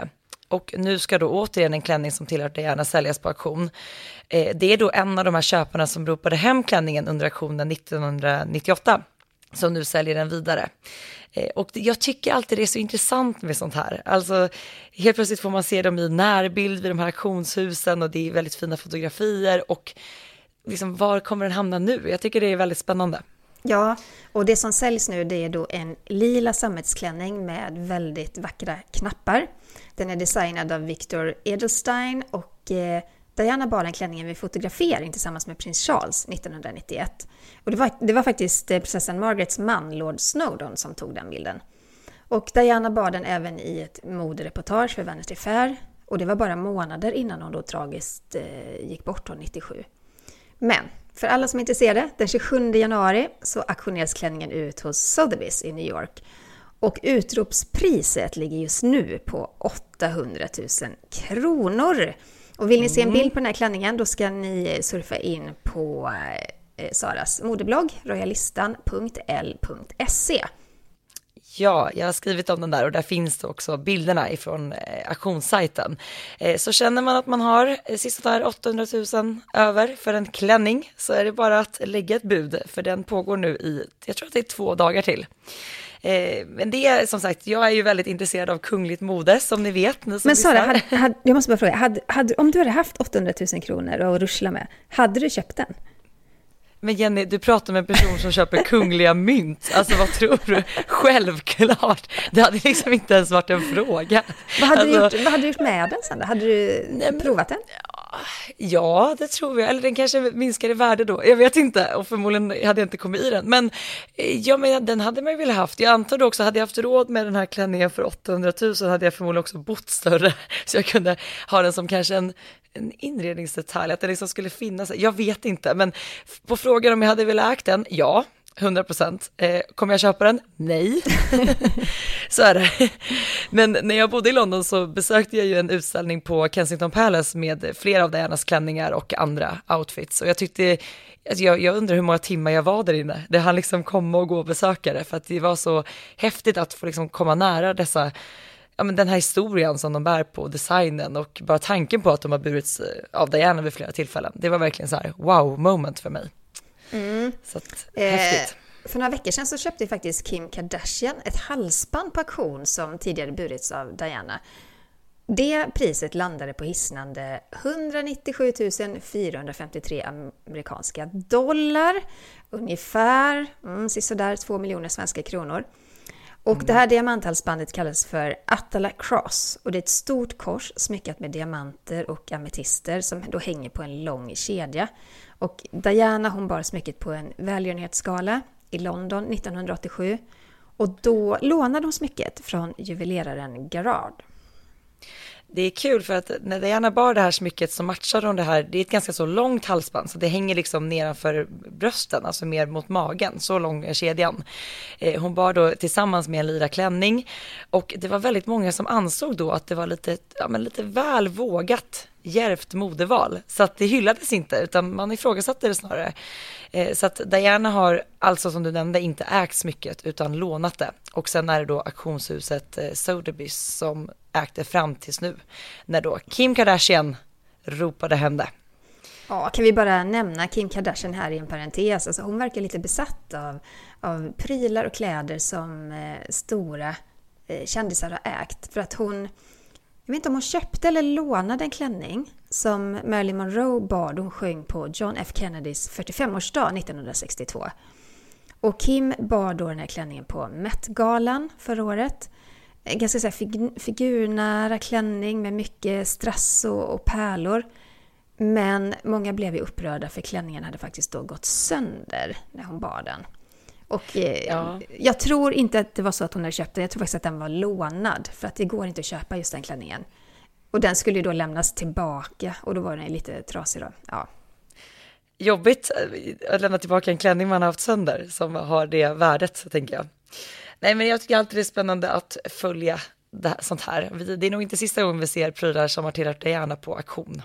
S3: och nu ska då återigen en klänning som tillhör Diana säljas på auktion. Eh, det är då en av de här köparna som ropade hem klänningen under auktionen nittonhundranittioåtta som nu säljer den vidare. Eh, och jag tycker alltid det är så intressant med sånt här. Alltså helt plötsligt får man se dem i närbild vid de här auktionshusen och det är väldigt fina fotografier och liksom, var kommer den hamna nu? Jag tycker det är väldigt spännande.
S4: Ja, och det som säljs nu det är då en lila sammetsklänning med väldigt vackra knappar. Den är designad av Victor Edelstein och eh, Diana bar den klänningen vid fotografering tillsammans med prins Charles nittonhundranittioett. Och det var, det var faktiskt eh, prinsessan Margarets man, Lord Snowdon, som tog den bilden. Och Diana bar den även i ett modereportage för Vanity Fair. Och det var bara månader innan hon då tragiskt eh, gick bort år nittiosju. Men för alla som är intresserade, den tjugosjunde januari så auktioneras klänningen ut hos Sotheby's i New York. Och utropspriset ligger just nu på åttahundratusen kronor. Och vill ni se en bild på den här klänningen då ska ni surfa in på eh, Saras modeblogg royalistan punkt l punkt se.
S3: Ja, jag har skrivit om den där och där finns det också bilderna ifrån eh, auktionssajten. Eh, så känner man att man har eh, sista där åttahundratusen över för en klänning så är det bara att lägga ett bud för den pågår nu i, jag tror att det är två dagar till. Eh, men det är som sagt, jag är ju väldigt intresserad av kungligt mode som ni vet. Ni som
S4: men Sara, hade, hade, jag måste bara fråga, hade, hade, om du hade haft åttahundratusen kronor att ruschla med, hade du köpt den?
S3: Men Jenny, du pratar med en person som köper kungliga mynt. Alltså vad tror du? Självklart. Det hade liksom inte ens varit en fråga.
S4: Vad hade,
S3: alltså,
S4: du, gjort, vad hade du gjort med den sen då? Hade du nej, men, provat den?
S3: Ja, det tror jag. Eller den kanske minskar i värde då. Jag vet inte. Och förmodligen hade jag inte kommit i den. Men ja, men den hade man ju velat haft. Jag antar också, hade jag haft råd med den här klänningen för åttahundratusen hade jag förmodligen också bott större. Så jag kunde ha den som kanske en en inredningsdetalj, att den liksom skulle finnas. Jag vet inte, men på frågan om jag hade velat äga den, ja, hundra procent. Eh, kommer jag köpa den? Nej. Så är det. Men när jag bodde i London så besökte jag ju en utställning på Kensington Palace med flera av Dianas klänningar och andra outfits. Och jag tyckte, alltså jag, jag undrar hur många timmar jag var där inne. Det hann liksom komma och gå och besöka det, för att det var så häftigt att få liksom komma nära dessa, ja, men den här historien som de bär på, designen och bara tanken på att de har burits av Diana vid flera tillfällen. Det var verkligen så här wow moment för mig.
S4: Mm.
S3: Så att,
S4: eh,
S3: häftigt.
S4: För några veckor sedan så köpte faktiskt Kim Kardashian ett halsband på auktion som tidigare burits av Diana. Det priset landade på hisnande etthundranittiosju tusen fyrahundrafemtiotre amerikanska dollar. Ungefär mm, sådär två miljoner svenska kronor. Och mm. det här diamanthalsbandet kallas för Atala Cross. Och det är ett stort kors smyckat med diamanter och ametister som då hänger på en lång kedja. Och Diana hon bar smycket på en välgörenhetsgala i London nittonhundraåttiosju. Och då lånade hon smycket från juveleraren Garrard.
S3: Det är kul för att när Diana bar det här smycket så matchade hon det här, det är ett ganska så långt halsband så det hänger liksom nedanför brösten, alltså mer mot magen, så lång är kedjan. Eh, hon bar då tillsammans med en lila klänning och det var väldigt många som ansåg då att det var lite, ja, men lite väl vågat djärvt modeval, så att det hyllades inte utan man ifrågasatte det snarare. Eh, så att Diana har alltså som du nämnde inte ägt smycket utan lånat det, och sen är det då auktionshuset eh, Sotheby's som ägde fram tills nu när då Kim Kardashian ropade hem det.
S4: Ja, kan vi bara nämna Kim Kardashian här i en parentes. Alltså hon verkar lite besatt av, av prylar och kläder som eh, stora eh, kändisar har ägt. För att hon, jag vet inte om hon köpte eller lånade en klänning som Marilyn Monroe bar då hon sjöng på John F. Kennedys fyrtiofemårsdag nittonhundrasextiotvå. Och Kim bar då den här klänningen på Met-galan förra året. En ganska så här fig- figurnära klänning med mycket strass och, och pärlor. Men många blev ju upprörda för klänningen hade faktiskt då gått sönder när hon bar den. Och eh, ja. jag tror inte att det var så att hon hade köpt den. Jag tror faktiskt att den var lånad. För att det går inte att köpa just den klänningen. Och den skulle ju då lämnas tillbaka. Och då var den lite trasig då. Ja.
S3: Jobbigt att lämna tillbaka en klänning man har haft sönder som har det värdet, tänker jag. Nej, men jag tycker alltid det är spännande att följa det här, sånt här. Det är nog inte sista gången vi ser prylar som har tillhört Diana på auktion.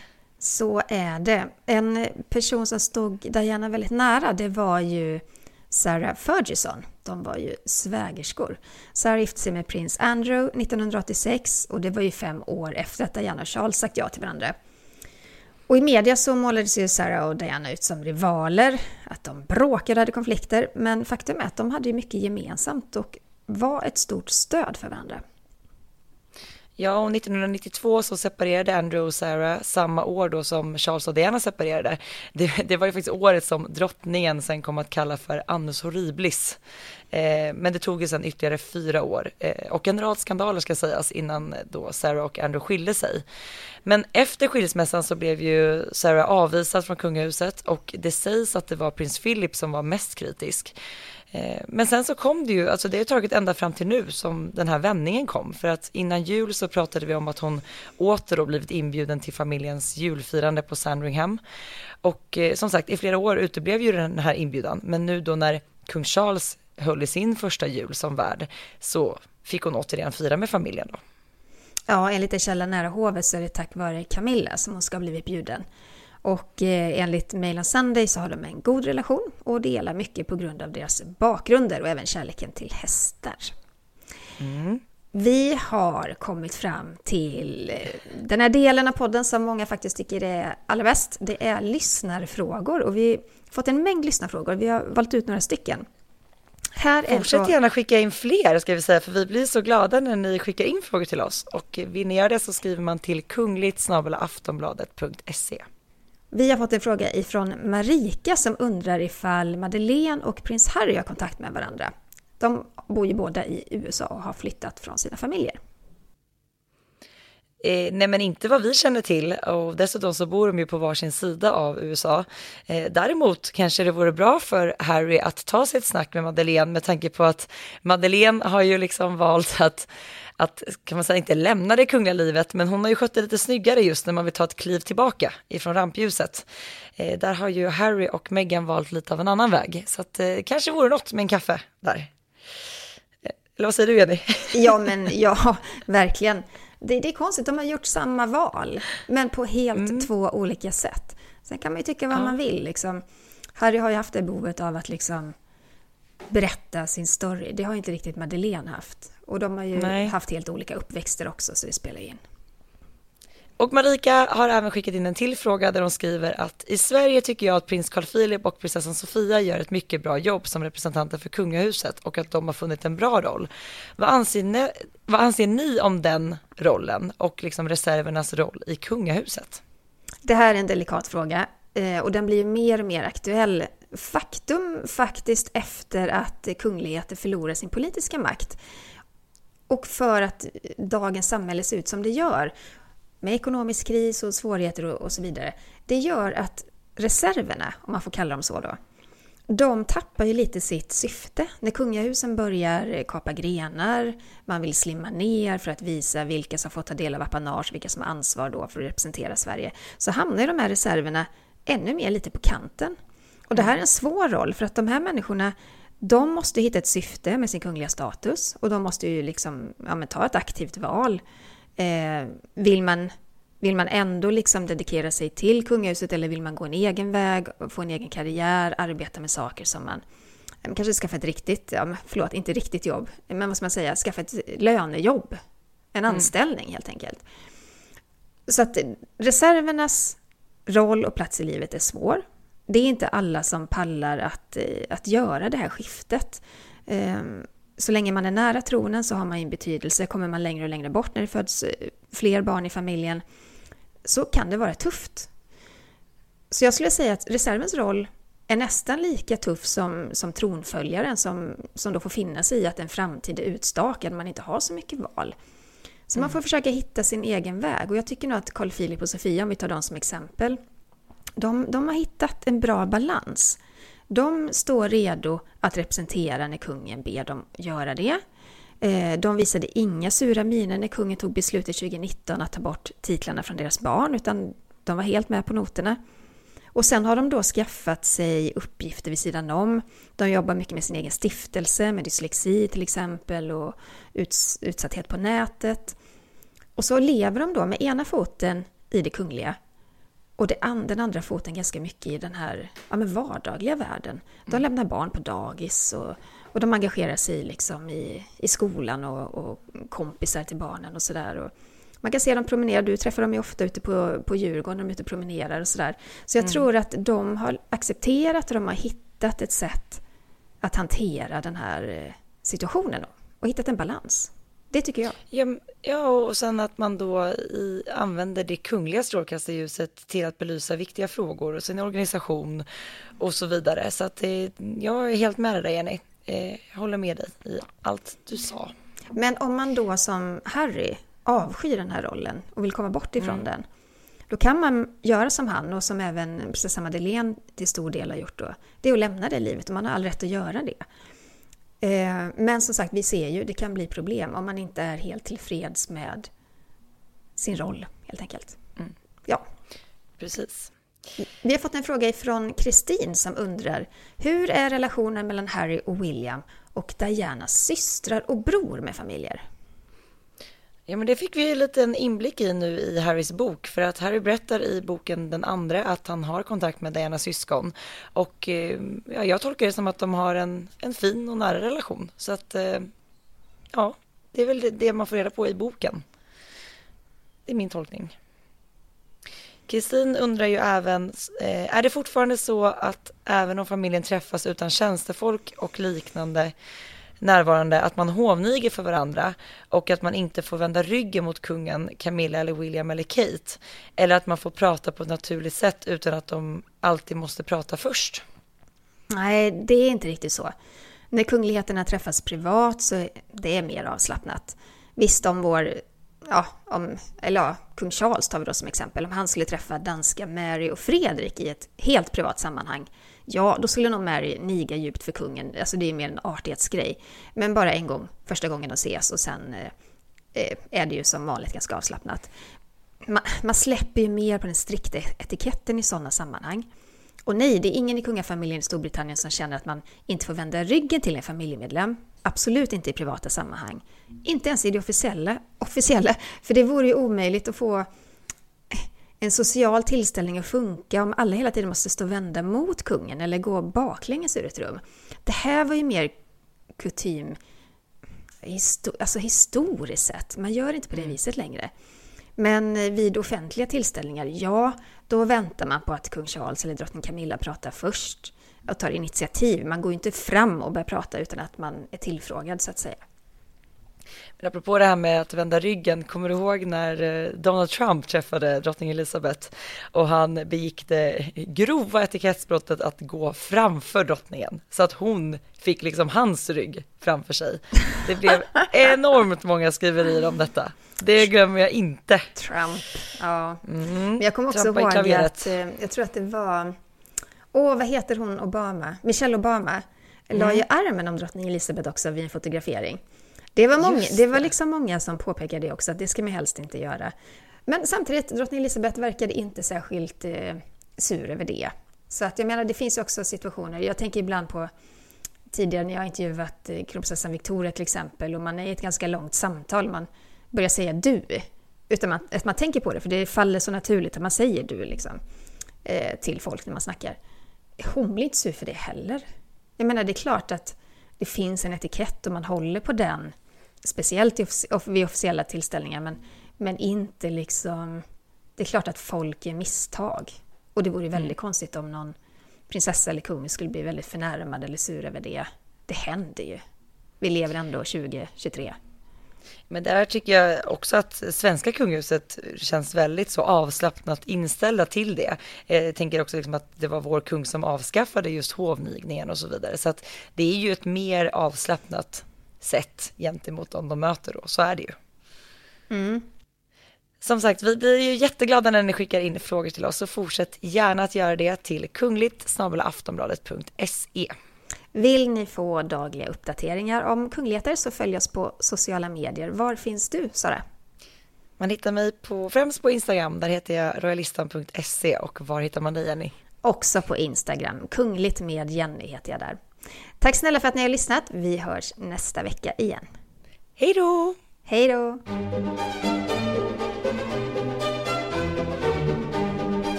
S4: Så är det. En person som stod Diana väldigt nära, det var ju Sarah Ferguson. De var ju svägerskor. Sarah gifte sig med prins Andrew nittonhundraåttiosex och det var ju fem år efter att Diana och Charles sagt ja till varandra. Och i media så målades ju Sarah och Diana ut som rivaler, att de bråkade och hade konflikter, men faktum är att de hade ju mycket gemensamt och var ett stort stöd för varandra.
S3: Ja, och nittonhundranittiotvå så separerade Andrew och Sarah samma år då som Charles och Diana separerade. Det, det var ju faktiskt året som drottningen sen kom att kalla för annus horribilis. Eh, men det tog ju sen ytterligare fyra år eh, och en rad skandaler ska sägas innan då Sarah och Andrew skilde sig. Men efter skilsmässan så blev ju Sarah avvisad från kungahuset och det sägs att det var prins Philip som var mest kritisk. Men sen så kom det ju, alltså det har tagit ända fram till nu som den här vändningen kom. För att innan jul så pratade vi om att hon åter då blivit inbjuden till familjens julfirande på Sandringham. Och eh, som sagt, i flera år uteblev ju den här inbjudan. Men nu då när kung Charles höll i sin första jul som värd så fick hon återigen fira med familjen då.
S4: Ja, enligt en källa nära hovet så är det tack vare Camilla som hon ska ha blivit bjuden. Och eh, enligt Mail on Sunday så har de en god relation och delar mycket på grund av deras bakgrunder och även kärleken till hästar. Mm. Vi har kommit fram till den här delen av podden som många faktiskt tycker är allra bäst. Det är lyssnarfrågor och vi har fått en mängd lyssnarfrågor. Vi har valt ut några stycken. Här är
S3: Fortsätt gärna skicka in fler ska vi säga, för vi blir så glada när ni skickar in frågor till oss. Och vill ni göra det så skriver man till kungligt snabel-a aftonbladet punkt se.
S4: Vi har fått en fråga ifrån Marika som undrar ifall Madeleine och prins Harry har kontakt med varandra. De bor ju båda i U S A och har flyttat från sina familjer.
S3: Eh, nej men inte vad vi känner till och dessutom så bor de ju på varsin sida av U S A. Eh, däremot kanske det vore bra för Harry att ta sig ett snack med Madeleine med tanke på att Madeleine har ju liksom valt att att kan man säga inte lämna det kungliga livet, men hon har ju skött det lite snyggare just när man vill ta ett kliv tillbaka ifrån rampljuset. Eh, där har ju Harry och Meghan valt lite av en annan väg, så att eh, kanske vore något med en kaffe där. Eh, eller vad säger du, Jenny?
S4: Ja, men ja, verkligen. Det, det är konstigt, de har gjort samma val, men på helt mm. två olika sätt. Sen kan man ju tycka vad ja. man vill. Liksom. Harry har ju haft det behovet av att liksom berätta sin story. Det har inte riktigt Madeleine haft. Och de har ju Nej. haft helt olika uppväxter också, så det spelar in.
S3: Och Marika har även skickat in en till fråga där hon skriver att i Sverige tycker jag att prins Carl Philip och prinsessan Sofia gör ett mycket bra jobb som representanter för kungahuset och att de har funnit en bra roll. Vad anser ni, vad anser ni om den rollen och liksom reservernas roll i kungahuset?
S4: Det här är en delikat fråga och den blir mer och mer aktuell. Faktum faktiskt efter att kungligheter förlorar sin politiska makt och för att dagens samhälle ser ut som det gör med ekonomisk kris och svårigheter och, och så vidare. Det gör att reserverna, om man får kalla dem så då, de tappar ju lite sitt syfte. När kungahusen börjar kapa grenar, man vill slimma ner för att visa vilka som får ta del av apanage, vilka som har ansvar då för att representera Sverige, så hamnar de här reserverna ännu mer lite på kanten. Och det här är en svår roll för att de här människorna, de måste hitta ett syfte med sin kungliga status och de måste ju liksom, ja, men ta ett aktivt val. Eh, vill man, vill man ändå liksom dedikera sig till kungahuset eller vill man gå en egen väg, få en egen karriär, arbeta med saker som man eh, kanske skaffa ett riktigt, ja, förlåt, inte riktigt jobb, men vad ska man säga, skaffa ett lönejobb, en anställning mm. helt enkelt. Så att reservernas roll och plats i livet är svår. Det är inte alla som pallar att, att göra det här skiftet. Så länge man är nära tronen så har man en betydelse. Kommer man längre och längre bort när det föds fler barn i familjen så kan det vara tufft. Så jag skulle säga att reservens roll är nästan lika tuff som, som tronföljaren som, som då får finna sig i att en framtid är utstakad, man inte har så mycket val. Så mm. man får försöka hitta sin egen väg. Och jag tycker nog att Carl Philip och Sofia, om vi tar dem som exempel, De, de har hittat en bra balans. De står redo att representera när kungen ber dem göra det. De visade inga sura miner när kungen tog beslutet tjugonitton att ta bort titlarna från deras barn, utan de var helt med på noterna. Och sen har de då skaffat sig uppgifter vid sidan om. De jobbar mycket med sin egen stiftelse, med dyslexi till exempel och uts- utsatthet på nätet. Och så lever de då med ena foten i det kungliga och det and, den andra foten ganska mycket i den här ja, men vardagliga världen. De mm. lämnar barn på dagis och, och de engagerar sig liksom i, i skolan och, och kompisar till barnen och sådär. Man kan se dem promenera, du träffar dem ju ofta ute på, på Djurgården, de är ute och promenerar och sådär. Så jag mm. tror att de har accepterat och de har hittat ett sätt att hantera den här situationen och hittat en balans. Det tycker jag.
S3: Ja, ja och sen att man då i, använder det kungliga strålkastarljuset till att belysa viktiga frågor och sin organisation och så vidare. Så att det, jag är helt med dig, Jenny. Jag håller med dig i allt du sa.
S4: Men om man då som Harry avskyr den här rollen och vill komma bort ifrån mm. den, då kan man göra som han och som även prinsessa Madeleine till stor del har gjort då. Det är att lämna det livet och man har all rätt att göra det. Eh, men som sagt, vi ser ju, det kan bli problem om man inte är helt tillfreds med sin roll, helt enkelt. Mm. Ja.
S3: Precis.
S4: Vi har fått en fråga från Kristin som undrar: hur är relationen mellan Harry och William och Dianas systrar och bror med familjer?
S3: Ja, men det fick vi lite en inblick i nu i Harrys bok, för att Harry berättar i boken Den andra att han har kontakt med Dianas syskon och ja, jag tolkar det som att de har en, en fin och nära relation, så att ja, det är väl det, det man får reda på i boken. Det är min tolkning. Kristin undrar ju även, är det fortfarande så att även om familjen träffas utan tjänstefolk och liknande närvarande, att man hovniger för varandra och att man inte får vända ryggen mot kungen, Camilla eller William eller Kate, eller att man får prata på ett naturligt sätt utan att de alltid måste prata först?
S4: Nej, det är inte riktigt så. När kungligheterna träffas privat så det är mer avslappnat. Visst, om vår ja, om, eller ja, kung Charles tar vi då som exempel, om han skulle träffa danska Mary och Fredrik i ett helt privat sammanhang, ja, då skulle nog Mary niga djupt för kungen. Alltså det är mer en artighetsgrej. Men bara en gång, första gången de ses, och sen eh, är det ju som vanligt ganska avslappnat. Man, man släpper ju mer på den strikta etiketten i sådana sammanhang. Och nej, det är ingen i kungafamiljen i Storbritannien som känner att man inte får vända ryggen till en familjemedlem. Absolut inte i privata sammanhang. Inte ens i det officiella, officiella för det vore ju omöjligt att få en social tillställning att funka om alla hela tiden måste stå och vända mot kungen eller gå baklänges ur ett rum. Det här var ju mer kutym, histor- alltså historiskt sett. Man gör inte på det viset längre. Men vid offentliga tillställningar, ja, då väntar man på att kung Charles eller drottning Camilla pratar först och tar initiativ. Man går ju inte fram och börjar prata utan att man är tillfrågad, så att säga.
S3: Men apropå det här med att vända ryggen, kommer du ihåg när Donald Trump träffade drottning Elizabeth och han begick det grova etikettsbrottet att gå framför drottningen så att hon fick liksom hans rygg framför sig. Det blev enormt många skriverier om detta. Det glömmer jag inte.
S4: Trump, ja.
S3: Mm.
S4: Men jag kommer också
S3: Trump
S4: ihåg att, jag tror att det var, åh vad heter hon, Obama? Michelle Obama mm. la ju armen om drottning Elizabeth också vid en fotografering. Det var, många, det. det var liksom många som påpekade det också, att det ska man helst inte göra. Men samtidigt, drottning Elizabeth verkade inte särskilt eh, sur över det. Så att jag menar, det finns också situationer, jag tänker ibland på tidigare när jag har intervjuat eh, kronprinsessan Victoria till exempel, och man är i ett ganska långt samtal, man börjar säga du, utan man, att man tänker på det, för det faller så naturligt att man säger du liksom, eh, till folk när man snackar. Hon blir inte sur för det heller. Jag menar, det är klart att det finns en etikett och man håller på den, speciellt vid officiella tillställningar, men, men inte liksom, det är klart att folk gör misstag, och det vore väldigt mm. konstigt om någon prinsessa eller kung skulle bli väldigt förnärmad eller sur över det. Det händer ju. Vi lever ändå tjugo tjugotre.
S3: Men där tycker jag också att svenska kungahuset känns väldigt så avslappnat inställda till det. Jag tänker också liksom att det var vår kung som avskaffade just hovnigningen och så vidare. Så att det är ju ett mer avslappnat sätt gentemot om de möter då. Så är det ju.
S4: Mm.
S3: Som sagt, vi blir ju jätteglada när ni skickar in frågor till oss, så fortsätt gärna att göra det till kungligt snabel-a aftonbladet punkt se.
S4: Vill ni få dagliga uppdateringar om kungligheter så följ oss på sociala medier. Var finns du, Sara?
S3: Man hittar mig på, främst på Instagram, där heter jag royalistan punkt se. Och var hittar man dig, Jenny?
S4: Också på Instagram, kungligt med Jenny heter jag där. Tack snälla för att ni har lyssnat. Vi hörs nästa vecka igen.
S3: Hej då!
S4: Hej då!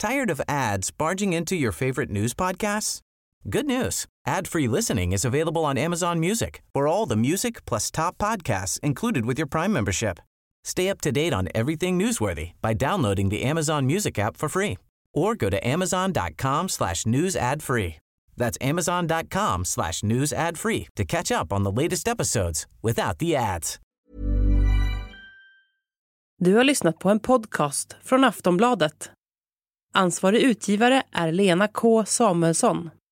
S11: Tired of ads barging into your favorite news podcasts? Good news. Ad-free listening is available on Amazon Music for all the music plus top podcasts included with your Prime membership. Stay up to date on everything newsworthy by downloading the Amazon Music app for free or go to amazon.com slash news ad free. That's amazon.com slash news ad free to catch up on the latest episodes without the ads.
S1: Du har lyssnat på en podcast från Aftonbladet. Ansvarig utgivare är Lena K. Samuelsson.